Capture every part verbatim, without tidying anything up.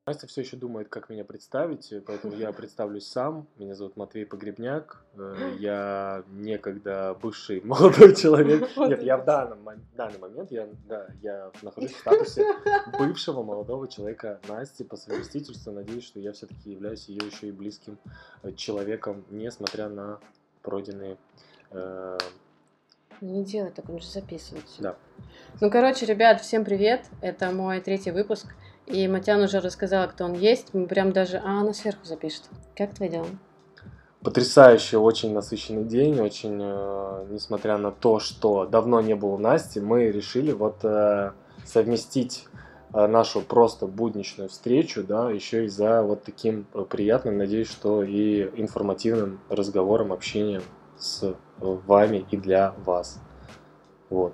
Настя все еще думает, как меня представить, э, поэтому я представлюсь сам. Меня зовут Матвей Погребняк. э, Я некогда бывший молодой человек. Нет, я в данном, мо- данный момент, я, да, я нахожусь в статусе бывшего молодого человека Насти по совместительству. Надеюсь, что я все-таки являюсь ее еще и близким э, человеком, несмотря на пройденные... э, Не делай так, он же записывается. Да. Ну, короче, ребят, всем привет. Это мой третий выпуск. И Матян уже рассказала, кто он есть. Мы прям даже... А, она сверху запишет. Как твои дела? Потрясающий, очень насыщенный день, очень, э, несмотря на то, что давно не было Насти, мы решили вот э, совместить э, нашу просто будничную встречу, да, еще и за вот таким э, приятным, надеюсь, что и информативным разговором, общением с вами и для вас. Вот.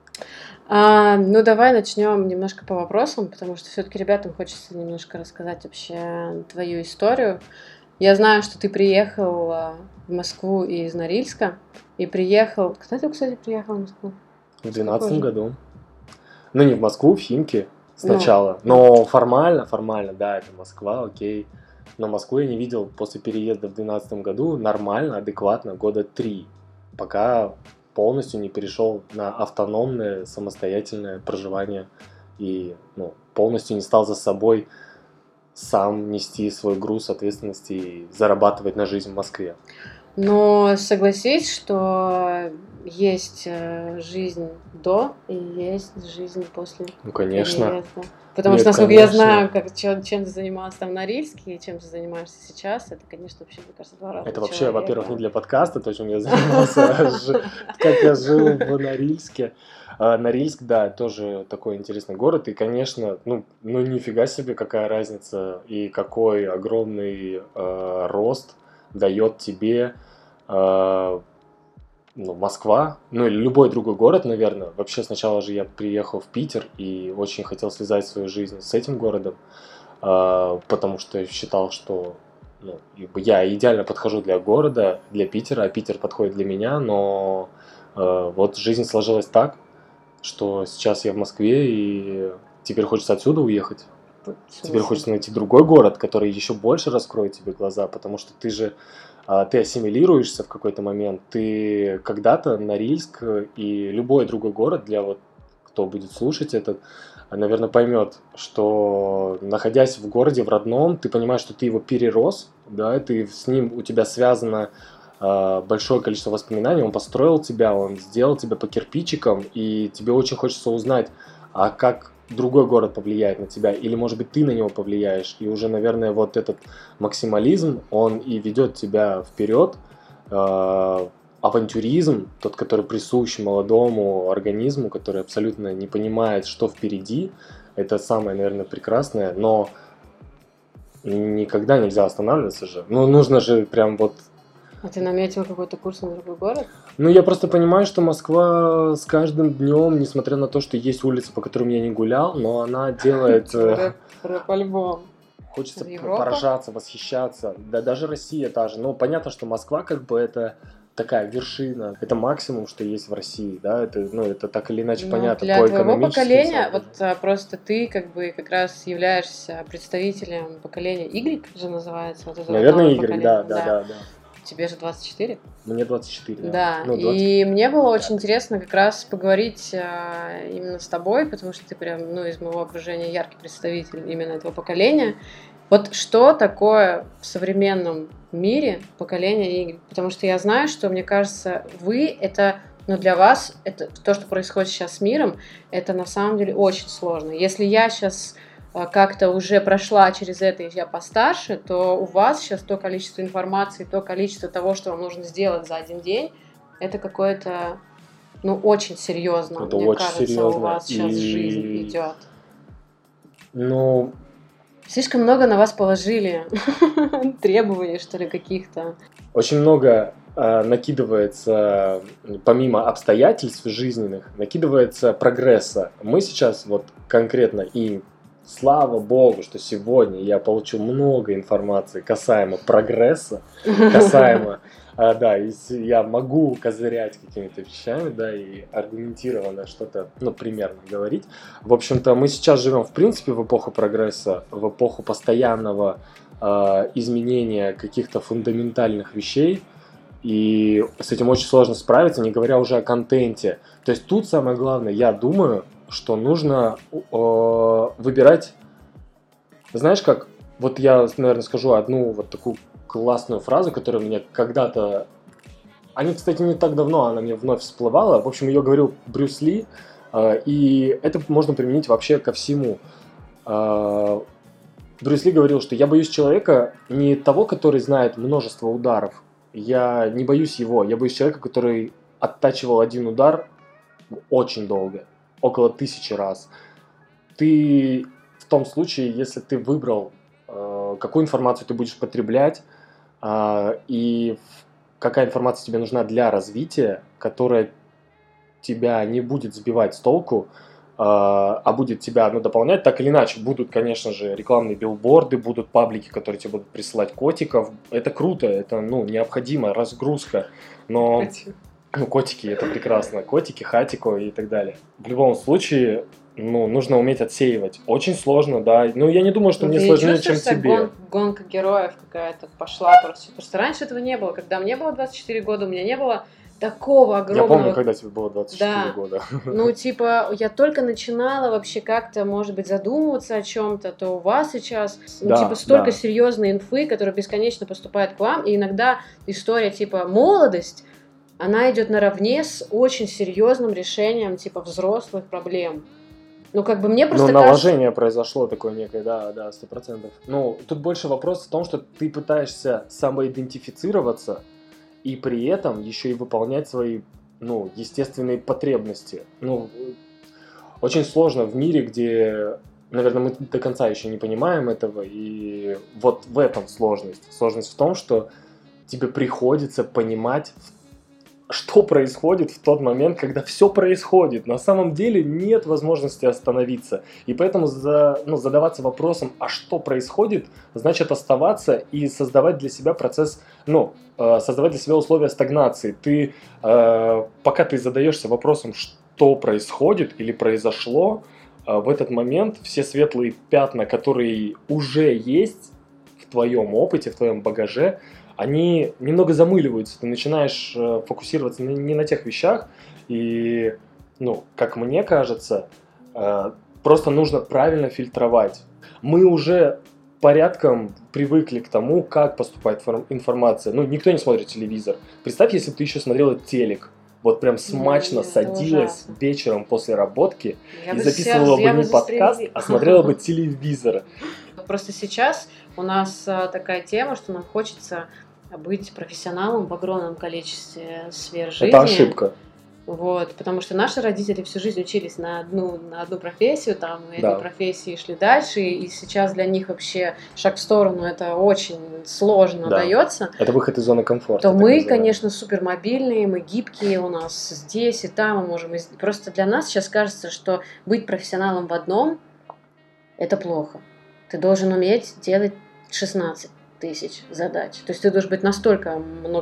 А, ну, давай начнем немножко по вопросам, потому что все-таки ребятам хочется немножко рассказать вообще твою историю. Я знаю, что ты приехал а, в Москву из Норильска. И приехал... Когда ты, кстати, приехал в Москву? В двенадцатом году. Ну, не в Москву, в Химки сначала. Ну. Но формально, формально, да, это Москва, окей. Но Москву я не видел после переезда в двенадцатом году нормально, адекватно, года три. Пока полностью не перешел на автономное, самостоятельное проживание. И ну, полностью не стал за собой сам нести свой груз ответственности и зарабатывать на жизнь в Москве. Но согласись, что есть э, жизнь до и есть жизнь после Ну, конечно. переезда. Потому Нет, что, насколько конечно. я знаю, как, чем, чем ты занимался там в Норильске и чем ты занимаешься сейчас, это, конечно, вообще, мне кажется, два разных Это вообще, человека. во-первых, не для подкаста, то, чем я занимался, как я жил в Норильске. А, Норильск, да, тоже такой интересный город, и, конечно, ну, ну нифига себе, какая разница и какой огромный э, рост дает тебе э, ну, Москва, ну или любой другой город, наверное. Вообще сначала же я приехал в Питер и очень хотел связать свою жизнь с этим городом, э, потому что я считал, что ну, я идеально подхожу для города, для Питера, а Питер подходит для меня, но э, вот жизнь сложилась так, что сейчас я в Москве, и теперь хочется отсюда уехать. Теперь хочется найти другой город, который еще больше раскроет тебе глаза, потому что ты же а, ты ассимилируешься в какой-то момент. Ты когда-то Норильск и любой другой город, для вот кто будет слушать этот, наверное, поймет, что находясь в городе, в родном, ты понимаешь, что ты его перерос, да, ты с ним, у тебя связано э, большое количество воспоминаний, он построил тебя, он сделал тебя по кирпичикам, и тебе очень хочется узнать, а как другой город повлияет на тебя, или, может быть, ты на него повлияешь, и уже, наверное, вот этот максимализм, он и ведет тебя вперед, э, авантюризм, тот, который присущ молодому организму, который абсолютно не понимает, что впереди, это самое, наверное, прекрасное, но никогда нельзя останавливаться же. Ну, нужно же прям вот... А ты наметил какой-то курс на другой город? Ну, я просто понимаю, что Москва с каждым днем, несмотря на то, что есть улицы, по которым я не гулял, но она делает... По-любому. Хочется поражаться, восхищаться. Да даже Россия та же. Ну, понятно, что Москва как бы это такая вершина, это максимум, что есть в России, да, это, ну, это так или иначе Ну, понятно для по твоего экономическим поколения, соображениям. вот а, просто ты как бы как раз являешься представителем поколения Y, же называется. Вот это Наверное, новое Y, поколение, да, да, да, да. Тебе же двадцать четыре? Мне двадцать четыре, да. Да, Ну, двадцать... и мне было очень интересно как раз поговорить а, именно с тобой, потому что ты прям, ну, из моего окружения яркий представитель именно этого поколения. Вот что такое в современном мире поколение Y? Потому что я знаю, что, мне кажется, вы это, ну, для вас, это то, что происходит сейчас с миром, это на самом деле очень сложно. Если я сейчас как-то уже прошла через это, и я постарше, то у вас сейчас то количество информации, то количество того, что вам нужно сделать за один день, это какое-то, ну, очень серьезно. Это Мне очень кажется, серьезно. у вас сейчас и... жизнь идет. Ну... Слишком много на вас положили требований, что ли, каких-то. Очень много э, накидывается, помимо обстоятельств жизненных, накидывается прогресса. Мы сейчас вот конкретно и слава богу, что сегодня я получил много информации касаемо прогресса, касаемо, а, да, и я могу козырять какими-то вещами, да, и аргументированно что-то, ну, примерно говорить. В общем-то, мы сейчас живем, в принципе, в эпоху прогресса, в эпоху постоянного э, изменения каких-то фундаментальных вещей, и с этим очень сложно справиться, не говоря уже о контенте. То есть тут самое главное, я думаю, что нужно э, выбирать, знаешь как, вот я, наверное, скажу одну вот такую классную фразу, которая мне когда-то, они, кстати, не так давно, она мне вновь всплывала, в общем, ее говорил Брюс Ли, э, и это можно применить вообще ко всему. Э, Брюс Ли говорил, что я боюсь человека не того, который знает множество ударов, я не боюсь его, я боюсь человека, который оттачивал один удар очень долго, около тысячи раз. Ты в том случае, если ты выбрал, э, какую информацию ты будешь потреблять, э, и какая информация тебе нужна для развития, которая тебя не будет сбивать с толку, э, а будет тебя, ну, дополнять, так или иначе. Будут, конечно же, рекламные билборды, будут паблики, которые тебе будут присылать котиков. Это круто, это, ну, необходимо, разгрузка. Но... Ну, котики, это прекрасно. Котики, хатико и так далее. В любом случае, ну, нужно уметь отсеивать. Очень сложно, да. Ну, я не думаю, что Ну, мне ты сложнее, чувствуешь чем себя тебе. гон- гонка героев какая-то пошла просто. Потому что раньше этого не было. Когда мне было двадцать четыре года, у меня не было такого огромного... Я помню, когда тебе было двадцать четыре Да. года. Ну, типа, я только начинала вообще как-то, может быть, задумываться о чем-то, то у вас сейчас, ну, Да, типа, столько да. серьезной инфы, которая бесконечно поступает к вам, и иногда история, типа, молодость, она идет наравне с очень серьезным решением, типа, взрослых проблем. Ну, как бы мне просто Ну, кажется... наложение произошло такое некое, да, да, сто процентов. Ну, тут больше вопрос в том, что ты пытаешься самоидентифицироваться и при этом еще и выполнять свои, ну, естественные потребности. Ну, очень сложно в мире, где, наверное, мы до конца еще не понимаем этого, и вот в этом сложность. Сложность в том, что тебе приходится понимать, что происходит в тот момент, когда все происходит. На самом деле нет возможности остановиться. И поэтому за, ну, задаваться вопросом, а что происходит, значит оставаться и создавать для себя процесс, ну, э, создавать для себя условия стагнации. Ты, э, пока ты задаешься вопросом, что происходит или произошло, э, в этот момент все светлые пятна, которые уже есть в твоем опыте, в твоем багаже, они немного замыливаются, ты начинаешь э, фокусироваться не, не на тех вещах, и, ну, как мне кажется, э, просто нужно правильно фильтровать. Мы уже порядком привыкли к тому, как поступает фор- информация. Ну, никто не смотрит телевизор. Представь, если бы ты еще смотрела телек, вот прям смачно Нет, это садилась ужасно. вечером после работки Я и бы записывала себя- я бы бы не подкаст, застрелила. а смотрела бы телевизор. Просто сейчас у нас а, такая тема, что нам хочется быть профессионалом в огромном количестве сфер жизни. Это ошибка. Вот, потому что наши родители всю жизнь учились на одну, на одну профессию, там, и Да. этой профессии шли дальше, и сейчас для них вообще шаг в сторону это очень сложно Да. дается. Это выход из зоны комфорта. То так мы, называемый. конечно, супер мобильные, мы гибкие, у нас здесь и там мы можем... из- Просто для нас сейчас кажется, что быть профессионалом в одном – это плохо. Ты должен уметь делать шестнадцать тысяч задач. То есть ты должен быть настолько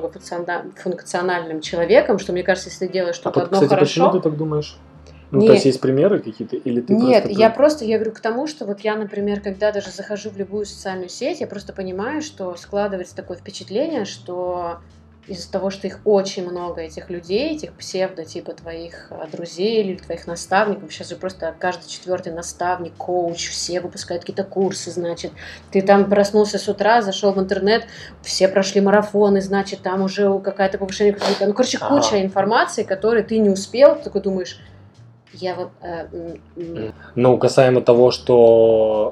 многофункциональным человеком, что, мне кажется, если ты делаешь А что-то вот, одно кстати, хорошо... почему ты так думаешь? Ну, Нет. то есть есть примеры какие-то, или ты Нет, просто... я просто, я говорю к тому, что вот я, например, когда даже захожу в любую социальную сеть, я просто понимаю, что складывается такое впечатление, что из-за того, что их очень много, этих людей, этих псевдо, типа твоих а, друзей или твоих наставников, сейчас же просто каждый четвертый наставник, коуч, все выпускают какие-то курсы, значит, ты там проснулся с утра, зашел в интернет, все прошли марафоны, значит, там уже какая-то повышение, какая-то, ну, короче, Ага. куча информации, которой ты не успел, ты такой думаешь, я вот... э, м, м, Ну, касаемо того, что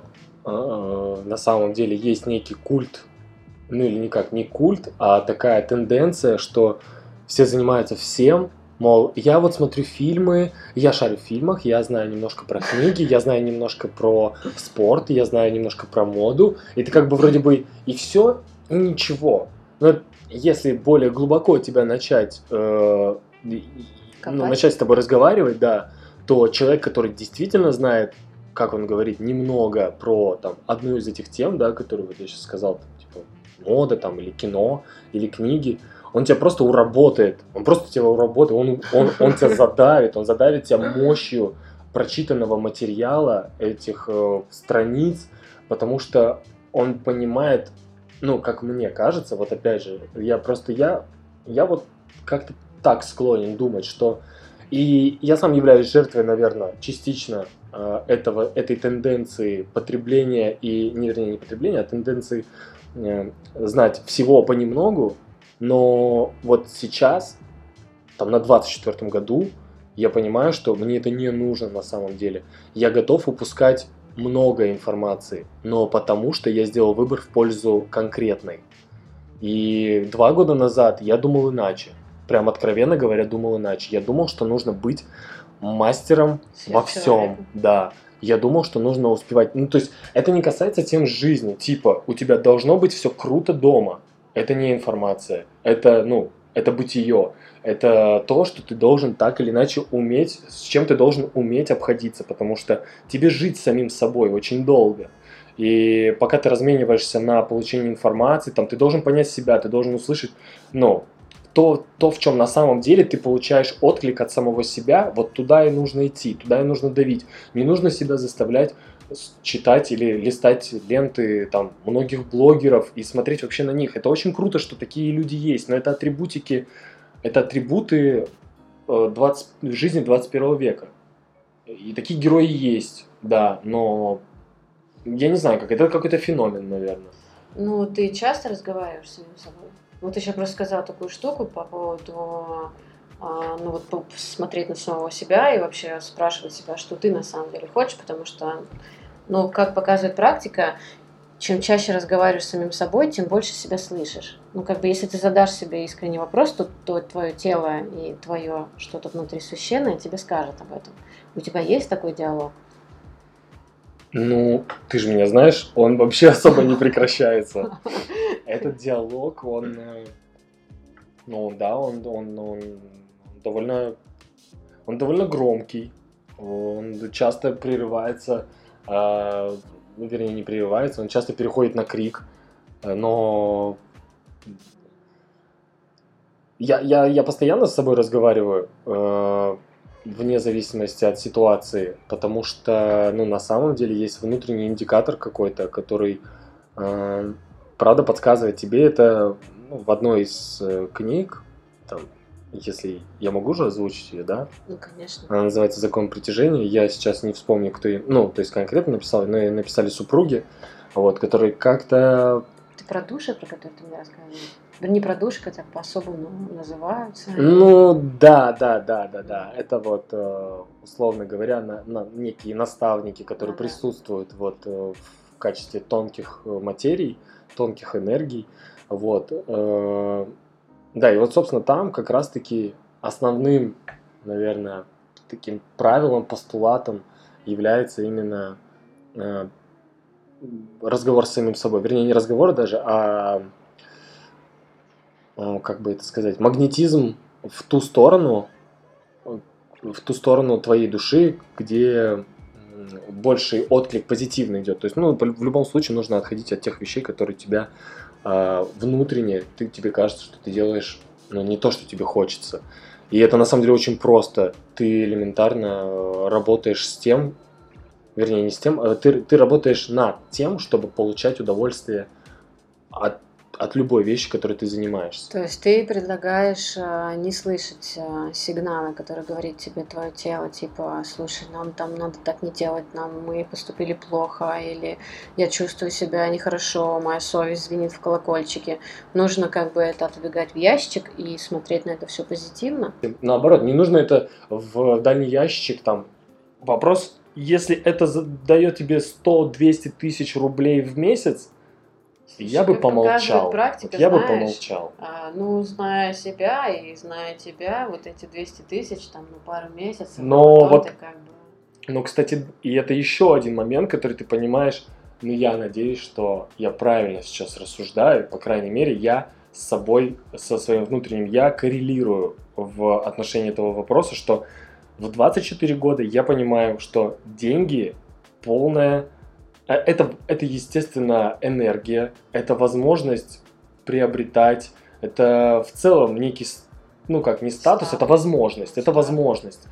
э, на самом деле есть некий культ, ну или никак не культ, а такая тенденция, что все занимаются всем, мол, я вот смотрю фильмы, я шарю в фильмах, я знаю немножко про книги, я знаю немножко про спорт, я знаю немножко про моду, и ты как бы вроде бы и все, и ничего. Но если более глубоко тебя начать, э, и- ну, Копать. начать с тобой разговаривать, да, то человек, который действительно знает как он говорит, немного про там одну из этих тем, да, которую вот я сейчас сказал, там, типа мода там или кино, или книги, он тебя просто уработает, он просто тебя уработает, он, он, он тебя задавит, он задавит тебя мощью прочитанного материала, этих э, страниц, потому что он понимает, ну, как мне кажется, вот опять же, я просто, я, я вот как-то так склонен думать, что, и я сам являюсь жертвой, наверное, частично э, этого, этой тенденции потребления, и, не, вернее, не потребления, а тенденции э, знать всего понемногу, но вот сейчас, там, на двадцать четвёртом году, я понимаю, что мне это не нужно на самом деле. Я готов упускать много информации, но потому что я сделал выбор в пользу конкретной. И два года назад я думал иначе. Прям откровенно говоря, думал иначе. Я думал, что нужно быть мастером во всем. Да. Я думал, что нужно успевать. Ну, то есть, это не касается тем жизни. Типа, у тебя должно быть все круто дома. Это не информация. Это, ну, это бытие. Это то, что ты должен так или иначе уметь, с чем ты должен уметь обходиться, потому что тебе жить самим собой очень долго. И пока ты размениваешься на получение информации, там, ты должен понять себя, ты должен услышать, ну, то, то, в чем на самом деле ты получаешь отклик от самого себя, вот туда и нужно идти, туда и нужно давить. Не нужно себя заставлять читать или листать ленты там многих блогеров и смотреть вообще на них. Это очень круто, что такие люди есть, но это атрибутики, это атрибуты двадцать, жизни двадцать первого века. И такие герои есть, да, но я не знаю, как это какой-то феномен, наверное. Ну, ты часто разговариваешь с самим собой? Вот ты сейчас просто сказал такую штуку по поводу, а, ну вот смотреть на самого себя и вообще спрашивать себя, что ты на самом деле хочешь, потому что, ну, как показывает практика, чем чаще разговариваешь с самим собой, тем больше себя слышишь. Ну, как бы, если ты задашь себе искренний вопрос, то, то твое тело и твое что-то внутри священное тебе скажет об этом. У тебя есть такой диалог? Ну, ты же меня знаешь, он вообще особо не прекращается. Этот диалог, он, ну да, он, он, он довольно, он довольно громкий, он часто прерывается, э, вернее не прерывается, он часто переходит на крик, но я, я, я постоянно с собой разговариваю, э, вне зависимости от ситуации, потому что, ну, на самом деле есть внутренний индикатор какой-то, который, э, правда, подсказывает тебе это, ну, в одной из э, книг, там, если я могу же озвучить ее, да? Ну, конечно. Она называется «Закон притяжения». Я сейчас не вспомню, кто ее, ну, то есть конкретно написал, но ее написали супруги, вот, которые как-то... Ты про души, про которые ты мне рассказывал? Не про души, хотя по-особому называются. Ну, да, да, да, да, да. Это вот, условно говоря, на, на некие наставники, которые Ага. присутствуют вот в качестве тонких материй, тонких энергий. Вот. Да, и вот, собственно, там как раз-таки основным, наверное, таким правилом, постулатом является именно разговор с самим собой. Вернее, не разговор даже, а... как бы это сказать, магнетизм в ту сторону, в ту сторону твоей души, где больший отклик позитивно идет. То есть, ну, в любом случае нужно отходить от тех вещей, которые тебя э, внутренне, ты, тебе кажется, что ты делаешь, ну, не то, что тебе хочется. И это на самом деле очень просто. Ты элементарно работаешь с тем, вернее, не с тем, а ты, ты работаешь над тем, чтобы получать удовольствие от от любой вещи, которой ты занимаешься. То есть ты предлагаешь э, не слышать э, сигналы, которые говорит тебе твое тело, типа, слушай, нам там надо так не делать, нам мы поступили плохо, или я чувствую себя нехорошо, моя совесть звенит в колокольчике. Нужно как бы это отодвигать в ящик и смотреть на это все позитивно. Наоборот, не нужно это в дальний ящик там. Вопрос, если это дает тебе сто-двести тысяч рублей в месяц, Слушай, я бы как помолчал. показывает практика, Вот я бы знаешь, помолчал. а, ну, зная себя и зная тебя, вот эти двести тысяч там на пару месяцев, Но а потом вот, ты как бы... ну, кстати, и это еще один момент, который ты понимаешь, ну, я надеюсь, что я правильно сейчас рассуждаю, по крайней мере, я с собой, со своим внутренним я коррелирую в отношении этого вопроса, что в двадцать четыре года я понимаю, что деньги полная... Это, это, естественно, энергия, это возможность приобретать, это в целом некий, ну как, не статус, это возможность, это возможность.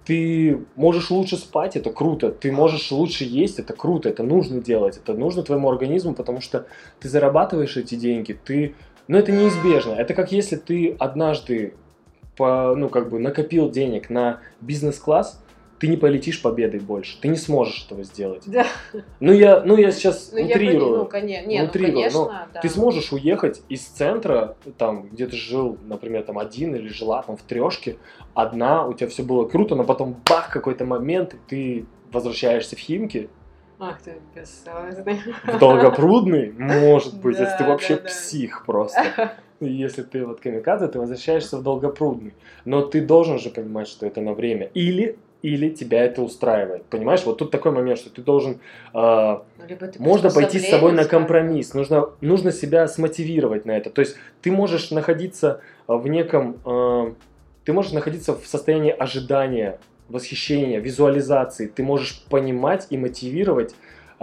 Ты можешь лучше спать, это круто, ты можешь лучше есть, это круто, это нужно делать, это нужно твоему организму, потому что ты зарабатываешь эти деньги, ты... Но это неизбежно, это как если ты однажды, по, ну как бы накопил денег на бизнес-класс, ты не полетишь победой больше, ты не сможешь этого сделать. Да. Ну я, ну я сейчас ну, утрирую. Я, ну, конечно, не, утрирую, ну, конечно, но да. Ты сможешь уехать из центра, там, где ты жил, например, там один или жила там в трешке, одна, у тебя все было круто, но потом бах, какой-то момент, и ты возвращаешься в Химки. Ах ты бессовестный. В Долгопрудный, может быть, Да, если ты вообще да, да. псих просто. Если ты вот камикадзе, ты возвращаешься в Долгопрудный. Но ты должен же понимать, что это на время. Или или тебя это устраивает. Понимаешь, вот тут такой момент, что ты должен... Э, ты можно пойти с собой на компромисс, нужно, нужно себя смотивировать на это. То есть ты можешь находиться в неком... Э, ты можешь находиться в состоянии ожидания, восхищения, визуализации. Ты можешь понимать и мотивировать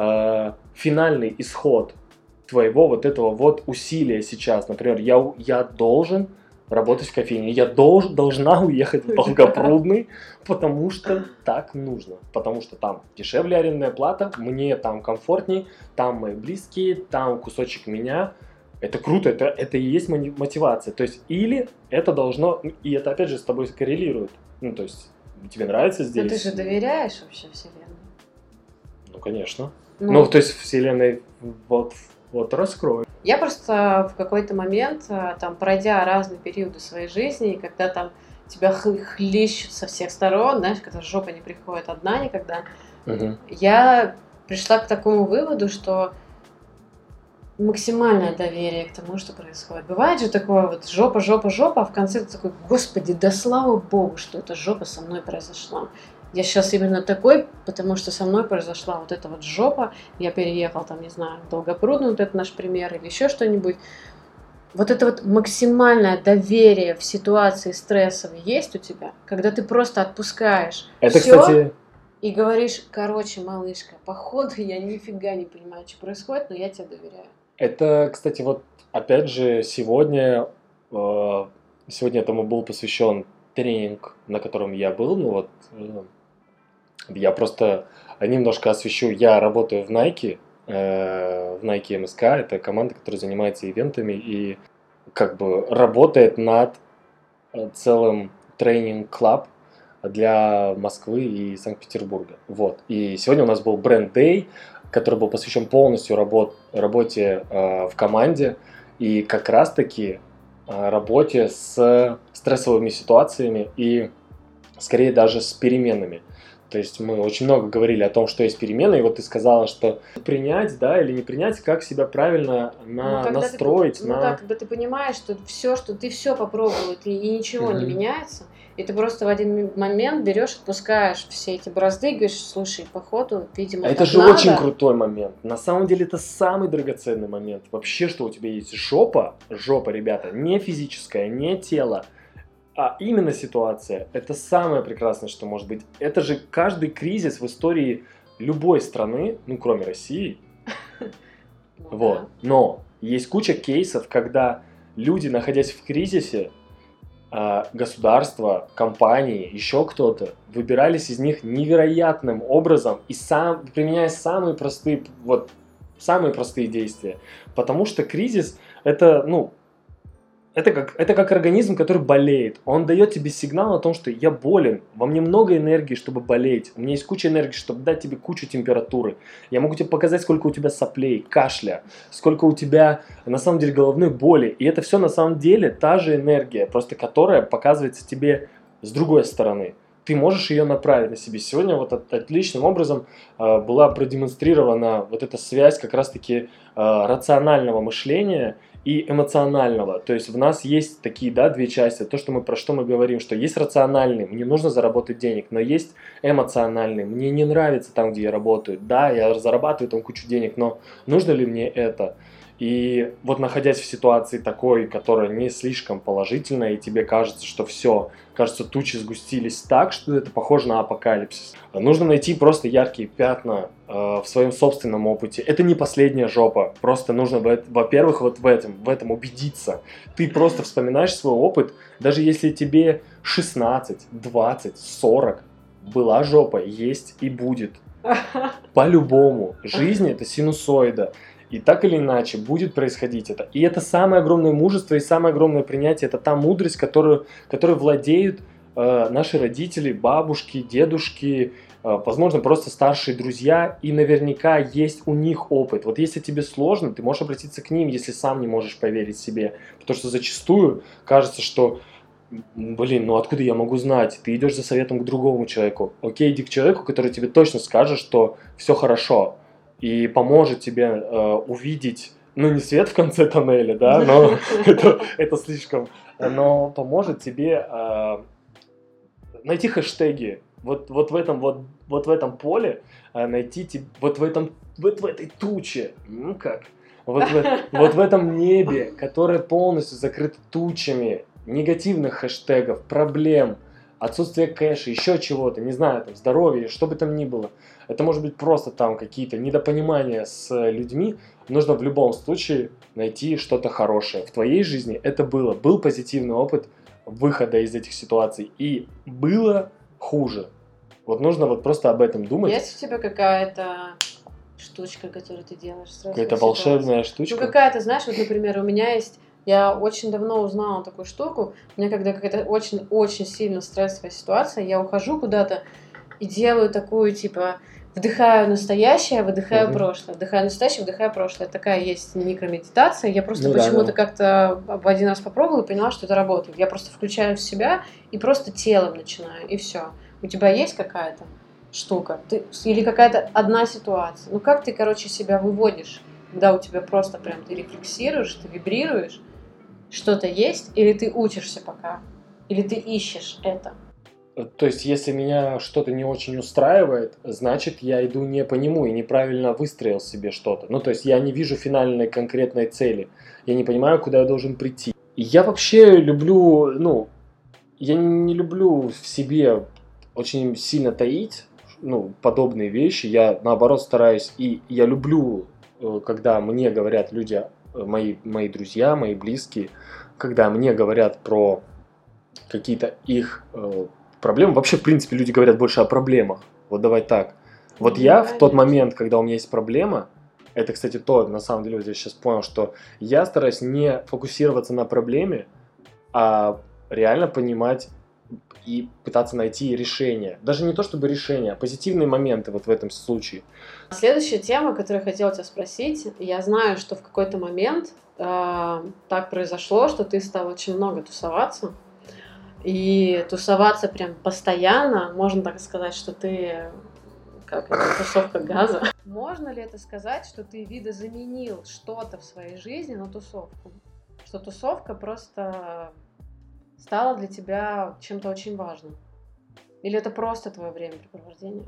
э, финальный исход твоего вот этого вот усилия сейчас. Например, я, я должен... работать в кофейне. Я долж, должна уехать в Долгопрудный, потому что так нужно. Потому что там дешевле арендная плата, мне там комфортней, там мои близкие, там кусочек меня. Это круто, это, это и есть мотивация. То есть или это должно, и это опять же с тобой коррелирует. Ну, то есть тебе нравится здесь. Но ты же доверяешь вообще Вселенной? Ну, конечно. Ну, ну то есть Вселенной вот... Вот раскрой. Я просто в какой-то момент, там, пройдя разные периоды своей жизни, когда там тебя хлещут со всех сторон, знаешь, когда жопа не приходит одна никогда, угу. я пришла к такому выводу, что максимальное доверие к тому, что происходит. Бывает же такое вот жопа, жопа, жопа, а в конце ты такой, господи, да слава богу, что эта жопа со мной произошла. Я сейчас именно такой, потому что со мной произошла вот эта вот жопа. Я переехал там, не знаю, в Долгопрудный, вот это наш пример, или еще что-нибудь. Вот это вот максимальное доверие в ситуации стрессовой есть у тебя, когда ты просто отпускаешь это, всё кстати... и говоришь, короче, малышка, походу я нифига не понимаю, что происходит, но я тебе доверяю. Это, кстати, вот опять же сегодня, э, сегодня этому был посвящен тренинг, на котором я был, ну вот... Э, Я просто немножко освещу. Я работаю в Nike, э, в Nike эм эс ка. Это команда, которая занимается ивентами и как бы работает над целым тренинг-клаб для Москвы и Санкт-Петербурга. Вот. И сегодня у нас был Brand Day, который был посвящен полностью работ, работе э, в команде и как раз-таки э, работе с стрессовыми ситуациями и скорее даже с переменами. То есть мы очень много говорили о том, что есть перемены, и вот ты сказала, что принять, да, или не принять, как себя правильно на, ну, настроить. Ты, на... Ну да, когда ты понимаешь, что все, что ты все попробовал, и, и ничего mm-hmm. не меняется, и ты просто в один момент берешь, отпускаешь все эти бразды и говоришь, слушай, походу, видимо, Это же надо. Очень крутой момент. На самом деле это самый драгоценный момент. Вообще, что у тебя есть жопа, жопа, ребята, не физическая, не тело, а именно ситуация. Это самое прекрасное, что может быть. Это же каждый кризис в истории любой страны, ну, кроме России. Вот. Но есть куча кейсов, когда люди, находясь в кризисе, государства, компании, еще кто-то, выбирались из них невероятным образом и сам, применяя самые простые, вот, самые простые действия. Потому что кризис это, ну, Это как, это как организм, который болеет. Он дает тебе сигнал о том, что я болен, во мне много энергии, чтобы болеть. У меня есть куча энергии, чтобы дать тебе кучу температуры. Я могу тебе показать, сколько у тебя соплей, кашля, сколько у тебя на самом деле головной боли. И это все на самом деле та же энергия, просто которая показывается тебе с другой стороны. Ты можешь ее направить на себе. Сегодня вот отличным образом э, была продемонстрирована вот эта связь как раз-таки э, рационального мышления и эмоционального. То есть в нас есть такие, да, две части. То, что мы, про что мы говорим, что есть рациональный, мне нужно заработать денег, но есть эмоциональный, мне не нравится там, где я работаю. Да, я зарабатываю там кучу денег, но нужно ли мне это? И вот находясь в ситуации такой, которая не слишком положительная, и тебе кажется, что все, кажется, тучи сгустились так, что это похоже на апокалипсис. Нужно найти просто яркие пятна э, в своем собственном опыте. Это не последняя жопа. Просто нужно, во-первых, вот в этом, в этом убедиться. Ты просто вспоминаешь свой опыт, даже если тебе шестнадцать, двадцать, сорок, была жопа, есть и будет. По-любому. Жизнь — это синусоида. И так или иначе будет происходить это. И это самое огромное мужество и самое огромное принятие. Это та мудрость, которую, которой владеют э, наши родители, бабушки, дедушки, э, возможно, просто старшие друзья. И наверняка есть у них опыт. Вот если тебе сложно, ты можешь обратиться к ним, если сам не можешь поверить себе. Потому что зачастую кажется, что, блин, ну откуда я могу знать? Ты идешь за советом к другому человеку. Окей, иди к человеку, который тебе точно скажет, что все хорошо. И поможет тебе э, увидеть, ну, не свет в конце тоннеля, да, но это, это слишком, но поможет тебе э, найти хэштеги, вот, вот, в этом, вот, вот в этом поле, э, найти, вот в, этом, вот в этой туче, ну как, вот в, вот в этом небе, которое полностью закрыто тучами негативных хэштегов, проблем, отсутствие кэша, еще чего-то, не знаю, там, здоровье, что бы там ни было. Это может быть просто там какие-то недопонимания с людьми. Нужно в любом случае найти что-то хорошее. В твоей жизни это было. Был позитивный опыт выхода из этих ситуаций. И было хуже. Вот нужно вот просто об этом думать. Есть у тебя какая-то штучка, которую ты делаешь? Какая-то волшебная штучка? Ну, какая-то, знаешь, вот, например, у меня есть... Я очень давно узнала такую штуку. У меня когда какая-то очень-очень сильно стрессовая ситуация, я ухожу куда-то и делаю такую, типа, вдыхаю настоящее, выдыхаю uh-huh. прошлое. Вдыхаю настоящее, выдыхаю прошлое. Такая есть микромедитация. Я просто ну, почему-то да, да. как-то в один раз попробовала и поняла, что это работает. Я просто включаю в себя и просто телом начинаю, и все. У тебя есть какая-то штука? Ты, или какая-то одна ситуация? Ну, как ты, короче, себя выводишь, когда у тебя просто прям ты рефлексируешь, ты вибрируешь, что-то есть, или ты учишься пока, или ты ищешь это? То есть, если меня что-то не очень устраивает, значит, я иду не по нему и неправильно выстроил себе что-то. Ну, то есть, я не вижу финальной конкретной цели. Я не понимаю, куда я должен прийти. И я вообще люблю, ну, я не люблю в себе очень сильно таить, ну, подобные вещи. Я, наоборот, стараюсь, и я люблю, когда мне говорят люди, мои, мои друзья, мои близкие, когда мне говорят про какие-то их э, проблемы. Вообще, в принципе, люди говорят больше о проблемах. Вот давай так. Вот mm-hmm. я в тот момент, когда у меня есть проблема, это, кстати, то, на самом деле, я сейчас понял, что я стараюсь не фокусироваться на проблеме, а реально понимать и пытаться найти решение. Даже не то чтобы решение, а позитивные моменты вот в этом случае. Следующая тема, которую я хотела тебя спросить. Я знаю, что в какой-то момент э, так произошло, что ты стал очень много тусоваться. И тусоваться прям постоянно. Можно так сказать, что ты как это, тусовка газа. Можно ли это сказать, что ты видозаменил что-то в своей жизни на тусовку? Что тусовка просто стала для тебя чем-то очень важным? Или это просто твое времяпрепровождение?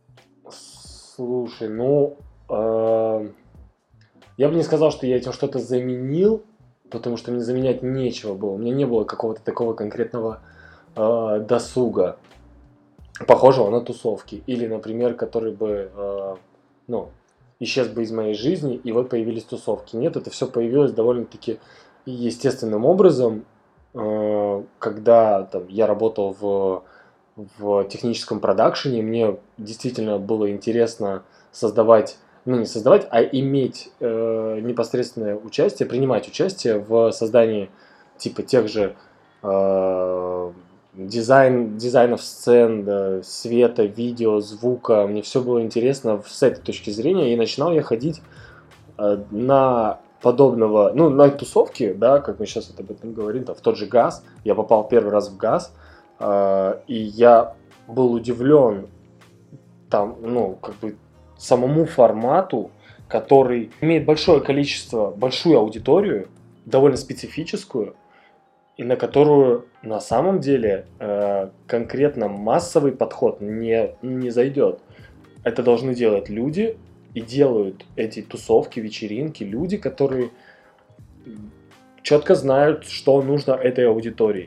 Слушай, ну, э, я бы не сказал, что я этим что-то заменил, потому что мне заменять нечего было. У меня не было какого-то такого конкретного э, досуга, похожего на тусовки. Или, например, который бы, э, ну, исчез бы из моей жизни, и вот появились тусовки. Нет, это все появилось довольно-таки естественным образом, э, когда там, я работал в... в техническом продакшене, мне действительно было интересно создавать, ну не создавать, а иметь э, непосредственное участие, принимать участие в создании типа тех же э, дизайн, дизайнов сцен, да, света, видео, звука. Мне все было интересно с этой точки зрения, и начинал я ходить э, на подобного, ну на тусовки, да, как мы сейчас вот об этом говорим, там, в тот же ГАЗ. Я попал первый раз в ГАЗ, и я был удивлен там, ну, как бы самому формату, который имеет большое количество, большую аудиторию, довольно специфическую, и на которую на самом деле э, конкретно массовый подход не, не зайдет. Это должны делать люди, и делают эти тусовки, вечеринки люди, которые четко знают, что нужно этой аудитории.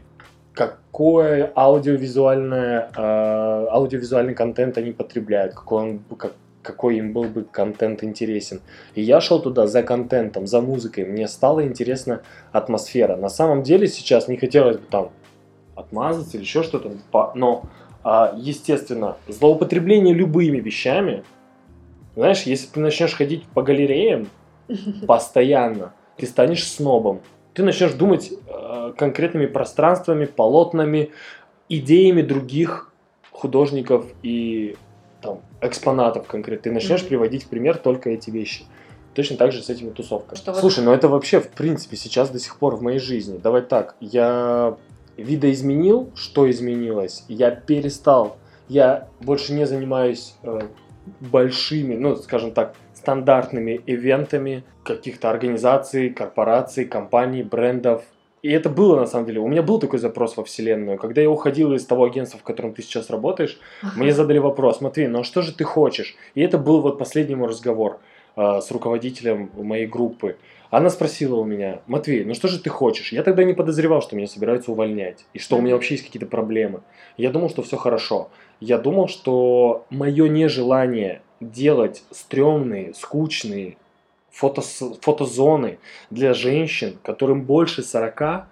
Какое аудиовизуальное, э, аудиовизуальный контент они потребляют, какой, он, как, какой им был бы контент интересен. И я шел туда за контентом, за музыкой. Мне стала интересна атмосфера. На самом деле сейчас не хотелось бы там отмазаться или еще что-то, но, э, естественно, злоупотребление любыми вещами, знаешь, если ты начнешь ходить по галереям постоянно, ты станешь снобом. Ты начнешь думать э, конкретными пространствами, полотнами, идеями других художников и там, экспонатов конкретно. Ты начнешь mm-hmm. приводить в пример только эти вещи. Точно так же с этими тусовками. Что Слушай, вот... ну это вообще в принципе сейчас до сих пор в моей жизни. Давай так, я видоизменил, что изменилось. Я перестал, я больше не занимаюсь э, большими, ну скажем так, стандартными ивентами каких-то организаций, корпораций, компаний, брендов. И это было на самом деле. У меня был такой запрос во вселенную. Когда я уходил из того агентства, в котором ты сейчас работаешь, ага. мне задали вопрос: Матвей, ну а что же ты хочешь? И это был вот последний мой разговор э, с руководителем моей группы. Она спросила у меня: Матвей, ну что же ты хочешь? Я тогда не подозревал, что меня собираются увольнять. И что у меня вообще есть какие-то проблемы. Я думал, что все хорошо. Я думал, что мое нежелание делать стрёмные, скучные фото, фотозоны для женщин, которым больше сорока,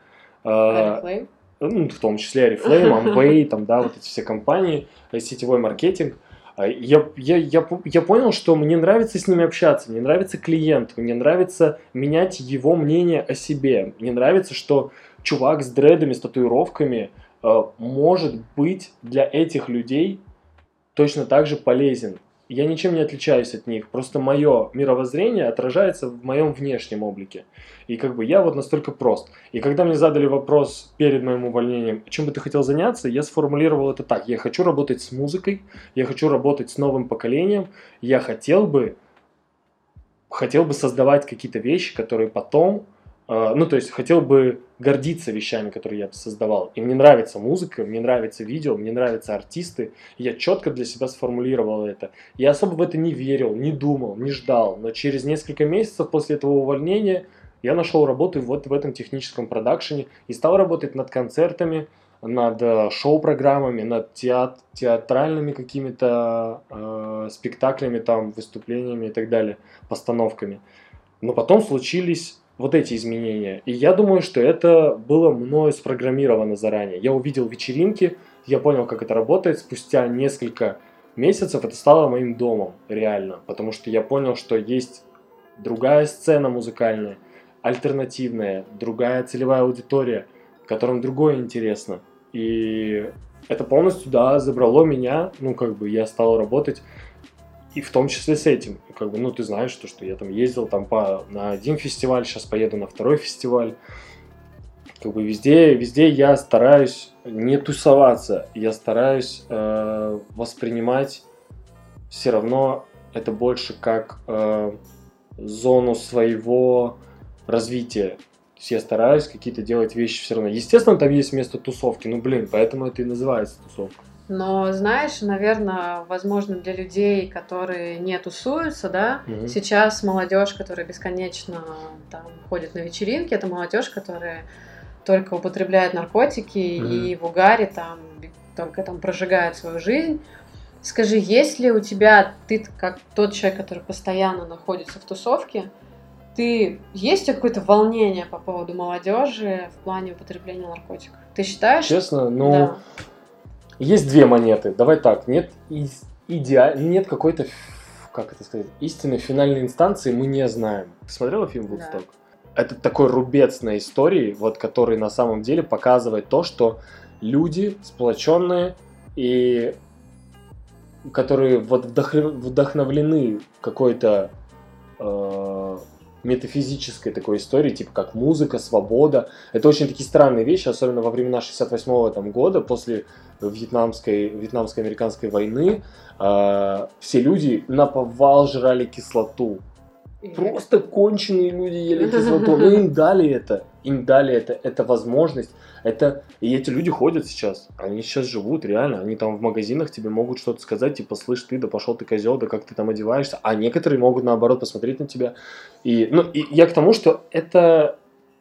э, ну, в том числе Oriflame, Amway, там, да, вот эти все компании, сетевой маркетинг, я, я, я, я понял, что мне нравится с ними общаться, мне нравится клиент, мне нравится менять его мнение о себе, мне нравится, что чувак с дредами, с татуировками э, может быть для этих людей точно так же полезен. Я ничем не отличаюсь от них, просто мое мировоззрение отражается в моем внешнем облике. И как бы я вот настолько прост. И когда мне задали вопрос перед моим увольнением, чем бы ты хотел заняться, я сформулировал это так: я хочу работать с музыкой, я хочу работать с новым поколением, я хотел бы, хотел бы создавать какие-то вещи, которые потом, э, ну то есть хотел бы гордиться вещами, которые я создавал. И мне нравится музыка, мне нравится видео, мне нравятся артисты. Я четко для себя сформулировал это. Я особо в это не верил, не думал, не ждал. Но через несколько месяцев после этого увольнения я нашел работу вот в этом техническом продакшене и стал работать над концертами, над шоу-программами, над теат- театральными какими-то э, спектаклями, там, выступлениями и так далее, постановками. Но потом случились вот эти изменения. И я думаю, что это было мною спрограммировано заранее. Я увидел вечеринки, я понял, как это работает. Спустя несколько месяцев это стало моим домом, реально. Потому что я понял, что есть другая сцена музыкальная, альтернативная, другая целевая аудитория, которым другое интересно. И это полностью, да, забрало меня. Ну, как бы я стал работать и в том числе с этим. Как бы, ну, ты знаешь, что, что я там ездил там по, на один фестиваль, сейчас поеду на второй фестиваль. Как бы везде, везде я стараюсь не тусоваться. Я стараюсь э, воспринимать все равно это больше как э, зону своего развития. То есть я стараюсь какие-то делать вещи все равно. Естественно, там есть место тусовки. Ну, блин, поэтому это и называется тусовка. Но, знаешь, наверное, возможно, для людей, которые не тусуются, да, угу. Сейчас молодежь, которая бесконечно там ходит на вечеринки, это молодежь, которая только употребляет наркотики угу. и в угаре там только там прожигает свою жизнь. Скажи, есть ли у тебя, ты как тот человек, который постоянно находится в тусовке, ты есть какое-то волнение по поводу молодежи в плане употребления наркотиков? Ты считаешь? Честно, ну... Да. Есть две монеты. Давай так, нет идеаль... нет какой-то, как это сказать, истинной финальной инстанции мы не знаем. Ты смотрела фильм «Вудсток»? Да. Это такой рубец на истории, вот, который на самом деле показывает то, что люди сплоченные и которые вот вдохновлены какой-то э, метафизической такой историей, типа как музыка, свобода. Это очень такие странные вещи, особенно во времена шестьдесят восьмого там, года, после вьетнамской, вьетнамско-американской войны. Э, все люди наповал жрали кислоту. Просто конченые люди ели кислоту. Ну, им дали это. Им дали это. Это возможность. Это... И эти люди ходят сейчас. Они сейчас живут, реально. Они там в магазинах тебе могут что-то сказать, типа, слышь, ты, да пошел ты, козел, да как ты там одеваешься. А некоторые могут, наоборот, посмотреть на тебя. И, ну, и я к тому, что это...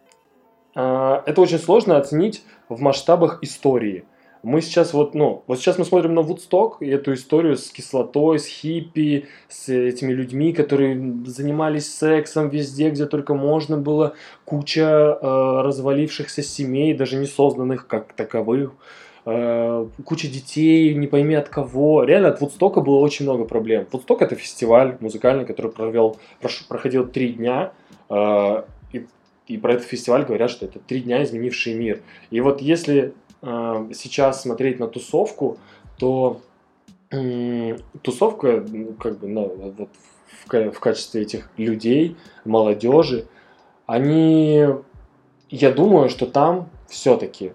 э, это очень сложно оценить в масштабах истории. Мы сейчас вот, ну, вот сейчас мы смотрим на Вудсток и эту историю с кислотой, с хиппи, с этими людьми, которые занимались сексом везде, где только можно было, куча э, развалившихся семей, даже не созданных как таковых, э, куча детей, не пойми от кого. Реально от Вудстока было очень много проблем. Вудсток — это фестиваль музыкальный, который провел, прош, проходил три дня, э, и, и про этот фестиваль говорят, что это три дня, изменившие мир. И вот если сейчас смотреть на тусовку, то м, тусовка, ну, как бы, ну, вот в, в качестве этих людей, молодежи, они, я думаю, что там все-таки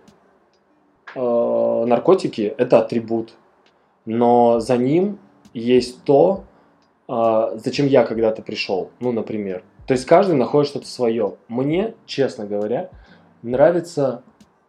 э, наркотики – это атрибут, но за ним есть то, э, зачем я когда-то пришел, ну, например. То есть каждый находит что-то свое. Мне, честно говоря, нравится...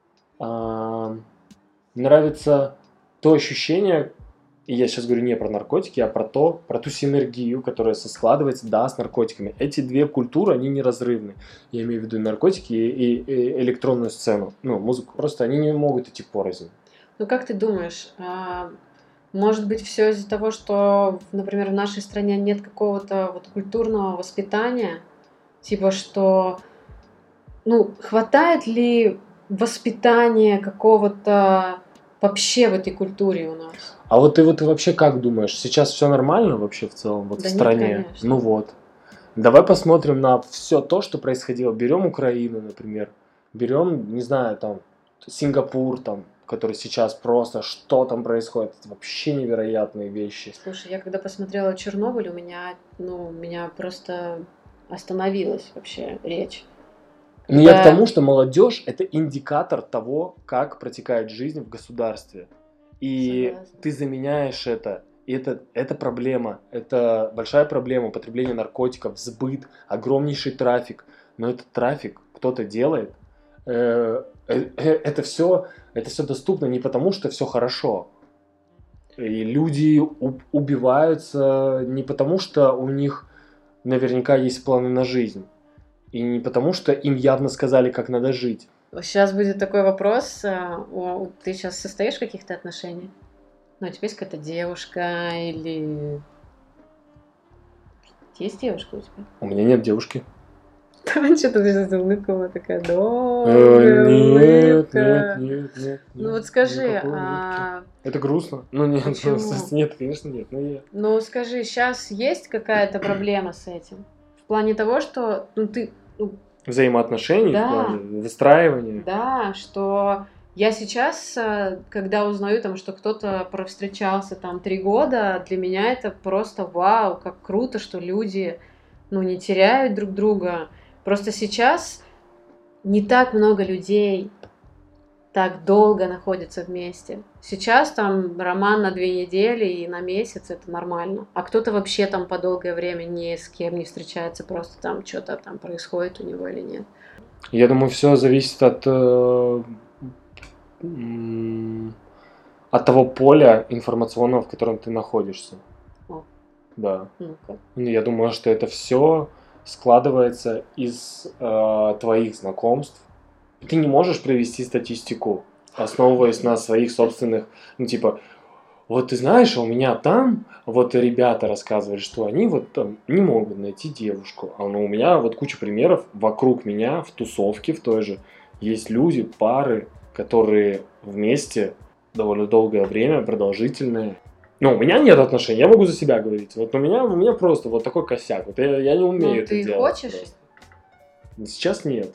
Uh, нравится то ощущение, и я сейчас говорю не про наркотики, а про то, про ту синергию, которая складывается, да, с наркотиками. Эти две культуры, они неразрывны. Я имею в виду наркотики и, и, и электронную сцену, ну, музыку. Просто они не могут идти порознь. Ну, как ты думаешь, а, может быть, все из-за того, что, например, в нашей стране нет какого-то вот культурного воспитания, типа, что, ну, хватает ли воспитание какого-то вообще в этой культуре у нас? А вот ты вот ты вообще как думаешь? Сейчас все нормально вообще в целом вот да в стране? Нет, конечно. Ну вот. Давай посмотрим на все то, что происходило. Берем Украину, например. Берем, не знаю, там, Сингапур, там, который сейчас просто, что там происходит? Это вообще невероятные вещи. Слушай, я когда посмотрела Чернобыль, у меня, ну, у меня просто остановилась вообще речь. Ну, я к тому, что молодежь – это индикатор того, как протекает жизнь в государстве. И Согласна. Ты заменяешь это. И это, это проблема. Это большая проблема. Употребление наркотиков, сбыт, огромнейший трафик. Но этот трафик кто-то делает. Это все, это все доступно не потому, что все хорошо. И люди убиваются не потому, что у них наверняка есть планы на жизнь. И не потому, что им явно сказали, как надо жить. Сейчас будет такой вопрос. Ты сейчас состоишь в каких-то отношениях? Ну, у тебя есть какая-то девушка или... Есть девушка у тебя? У меня нет девушки. Что-то ты сейчас улыбка такая добрая Нет, нет, нет, нет. Ну вот скажи... А... Это грустно. Ну нет, нет, конечно нет. Ну скажи, сейчас есть какая-то проблема с этим? В плане того, что ну, ты... Ну, взаимоотношений, да, в плане выстраивания. Да, что я сейчас, когда узнаю, там, что кто-то провстречался там три года, для меня это просто вау, как круто, что люди ну, не теряют друг друга. Просто сейчас не так много людей так долго находятся вместе. Сейчас там роман на две недели и на месяц, это нормально. А кто-то вообще там по долгое время ни с кем не встречается, просто там что-то там происходит у него или нет. Я думаю, все зависит от, э, от того поля информационного, в котором ты находишься. О. Да. Ну-ка. Я думаю, что это все складывается из э, твоих знакомств. Ты не можешь провести статистику, основываясь на своих собственных, ну типа, вот ты знаешь, у меня там, вот ребята рассказывали, что они вот там не могут найти девушку, а ну, у меня вот куча примеров вокруг меня в тусовке в той же есть люди, пары, которые вместе довольно долгое время, продолжительное. Ну, у меня нет отношений, я могу за себя говорить. Вот у меня, у меня просто вот такой косяк, вот я, я не умею ну, это ты делать. Хочешь? Просто. Сейчас нет.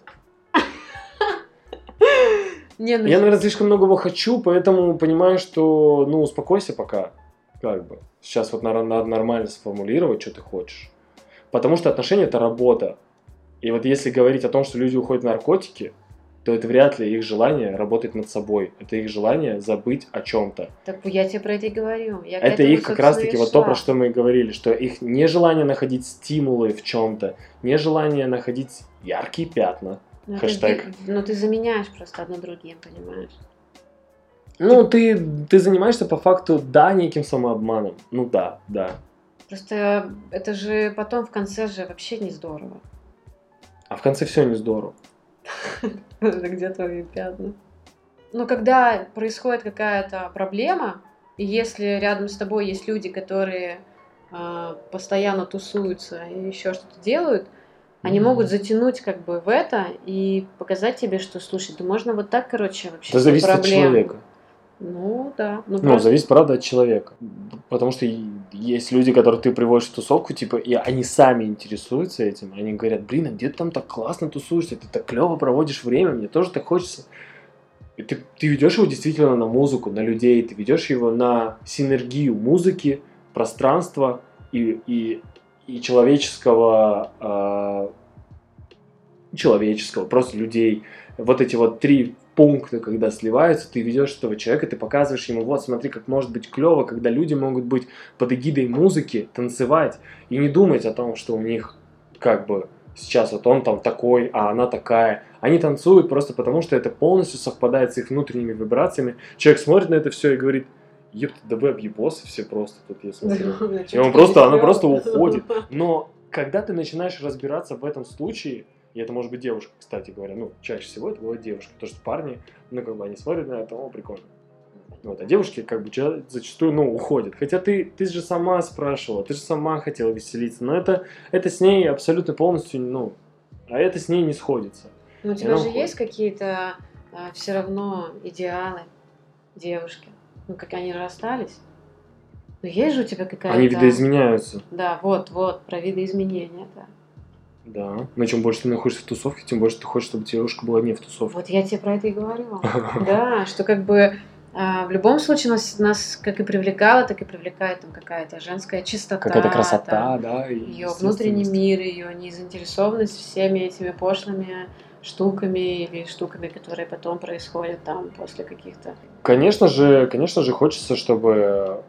Не, ну... Я, наверное, слишком многого хочу, поэтому понимаю, что, ну, успокойся пока, как бы. Сейчас вот надо, надо нормально сформулировать, что ты хочешь. Потому что отношения – это работа. И вот если говорить о том, что люди уходят в наркотики, то это вряд ли их желание работать над собой. Это их желание забыть о чем-то. Так я тебе про это и говорю. Я это их как раз-таки вот то, про что мы и говорили, что их нежелание находить стимулы в чем-то, нежелание находить яркие пятна. Но Хэштег. Ты, но ты заменяешь просто одно другим, понимаешь? Ну, ты, ты занимаешься по факту, да, неким самообманом. Ну да, да. Просто это же потом в конце же вообще не здорово. А в конце все не здорово. Это где твои пятна? Но когда происходит какая-то проблема, и если рядом с тобой есть люди, которые э, постоянно тусуются и еще что-то делают, они mm-hmm. могут затянуть как бы в это и показать тебе, что, слушай, да можно вот так, короче, вообще. Это зависит проблем. От человека. Ну, да. Ну, ну просто... зависит, правда, от человека. Потому что есть люди, которые ты приводишь в тусовку, типа, и они сами интересуются этим. Они говорят, блин, а где ты там так классно тусуешься, ты так клево проводишь время, мне тоже так хочется. И ты, ты ведешь его действительно на музыку, на людей, ты ведешь его на синергию музыки, пространства и, и, и человеческого, э, человеческого, просто людей. Вот эти вот три пункты, когда сливаются, ты ведешь этого человека, ты показываешь ему, вот, смотри, как может быть клево, когда люди могут быть под эгидой музыки, танцевать и не думать о том, что у них как бы сейчас вот он там такой, а она такая. Они танцуют просто потому, что это полностью совпадает с их внутренними вибрациями. Человек смотрит на это все и говорит, ёпта, да вы объебосы все просто тут, я смотрю. И он просто, она просто уходит. Но когда ты начинаешь разбираться в этом случае, и это может быть девушка, кстати говоря, ну, чаще всего это бывает девушка, потому что парни, ну, как бы они смотрят на это, о, прикольно. Вот, а девушки, как бы, зачастую, ну, уходят. Хотя ты, ты же сама спрашивала, ты же сама хотела веселиться, но это, это с ней абсолютно полностью, ну, а это с ней не сходится. Но у тебя же уходит. Есть какие-то а, все равно идеалы девушки? Ну, как они расстались? Ну, есть же у тебя какая-то... Они видоизменяются. Да, вот, вот, про видоизменения, да. Да, но чем больше ты находишься в тусовке, тем больше ты хочешь, чтобы девушка была не в тусовке. Вот я тебе про это и говорила. Да, что как бы в любом случае нас, нас как и привлекало, так и привлекает там какая-то женская чистота. Какая-то красота, да. Ее внутренний мир, ее незаинтересованность всеми этими пошлыми штуками или штуками, которые потом происходят там после каких-то... Конечно же, конечно же, хочется, чтобы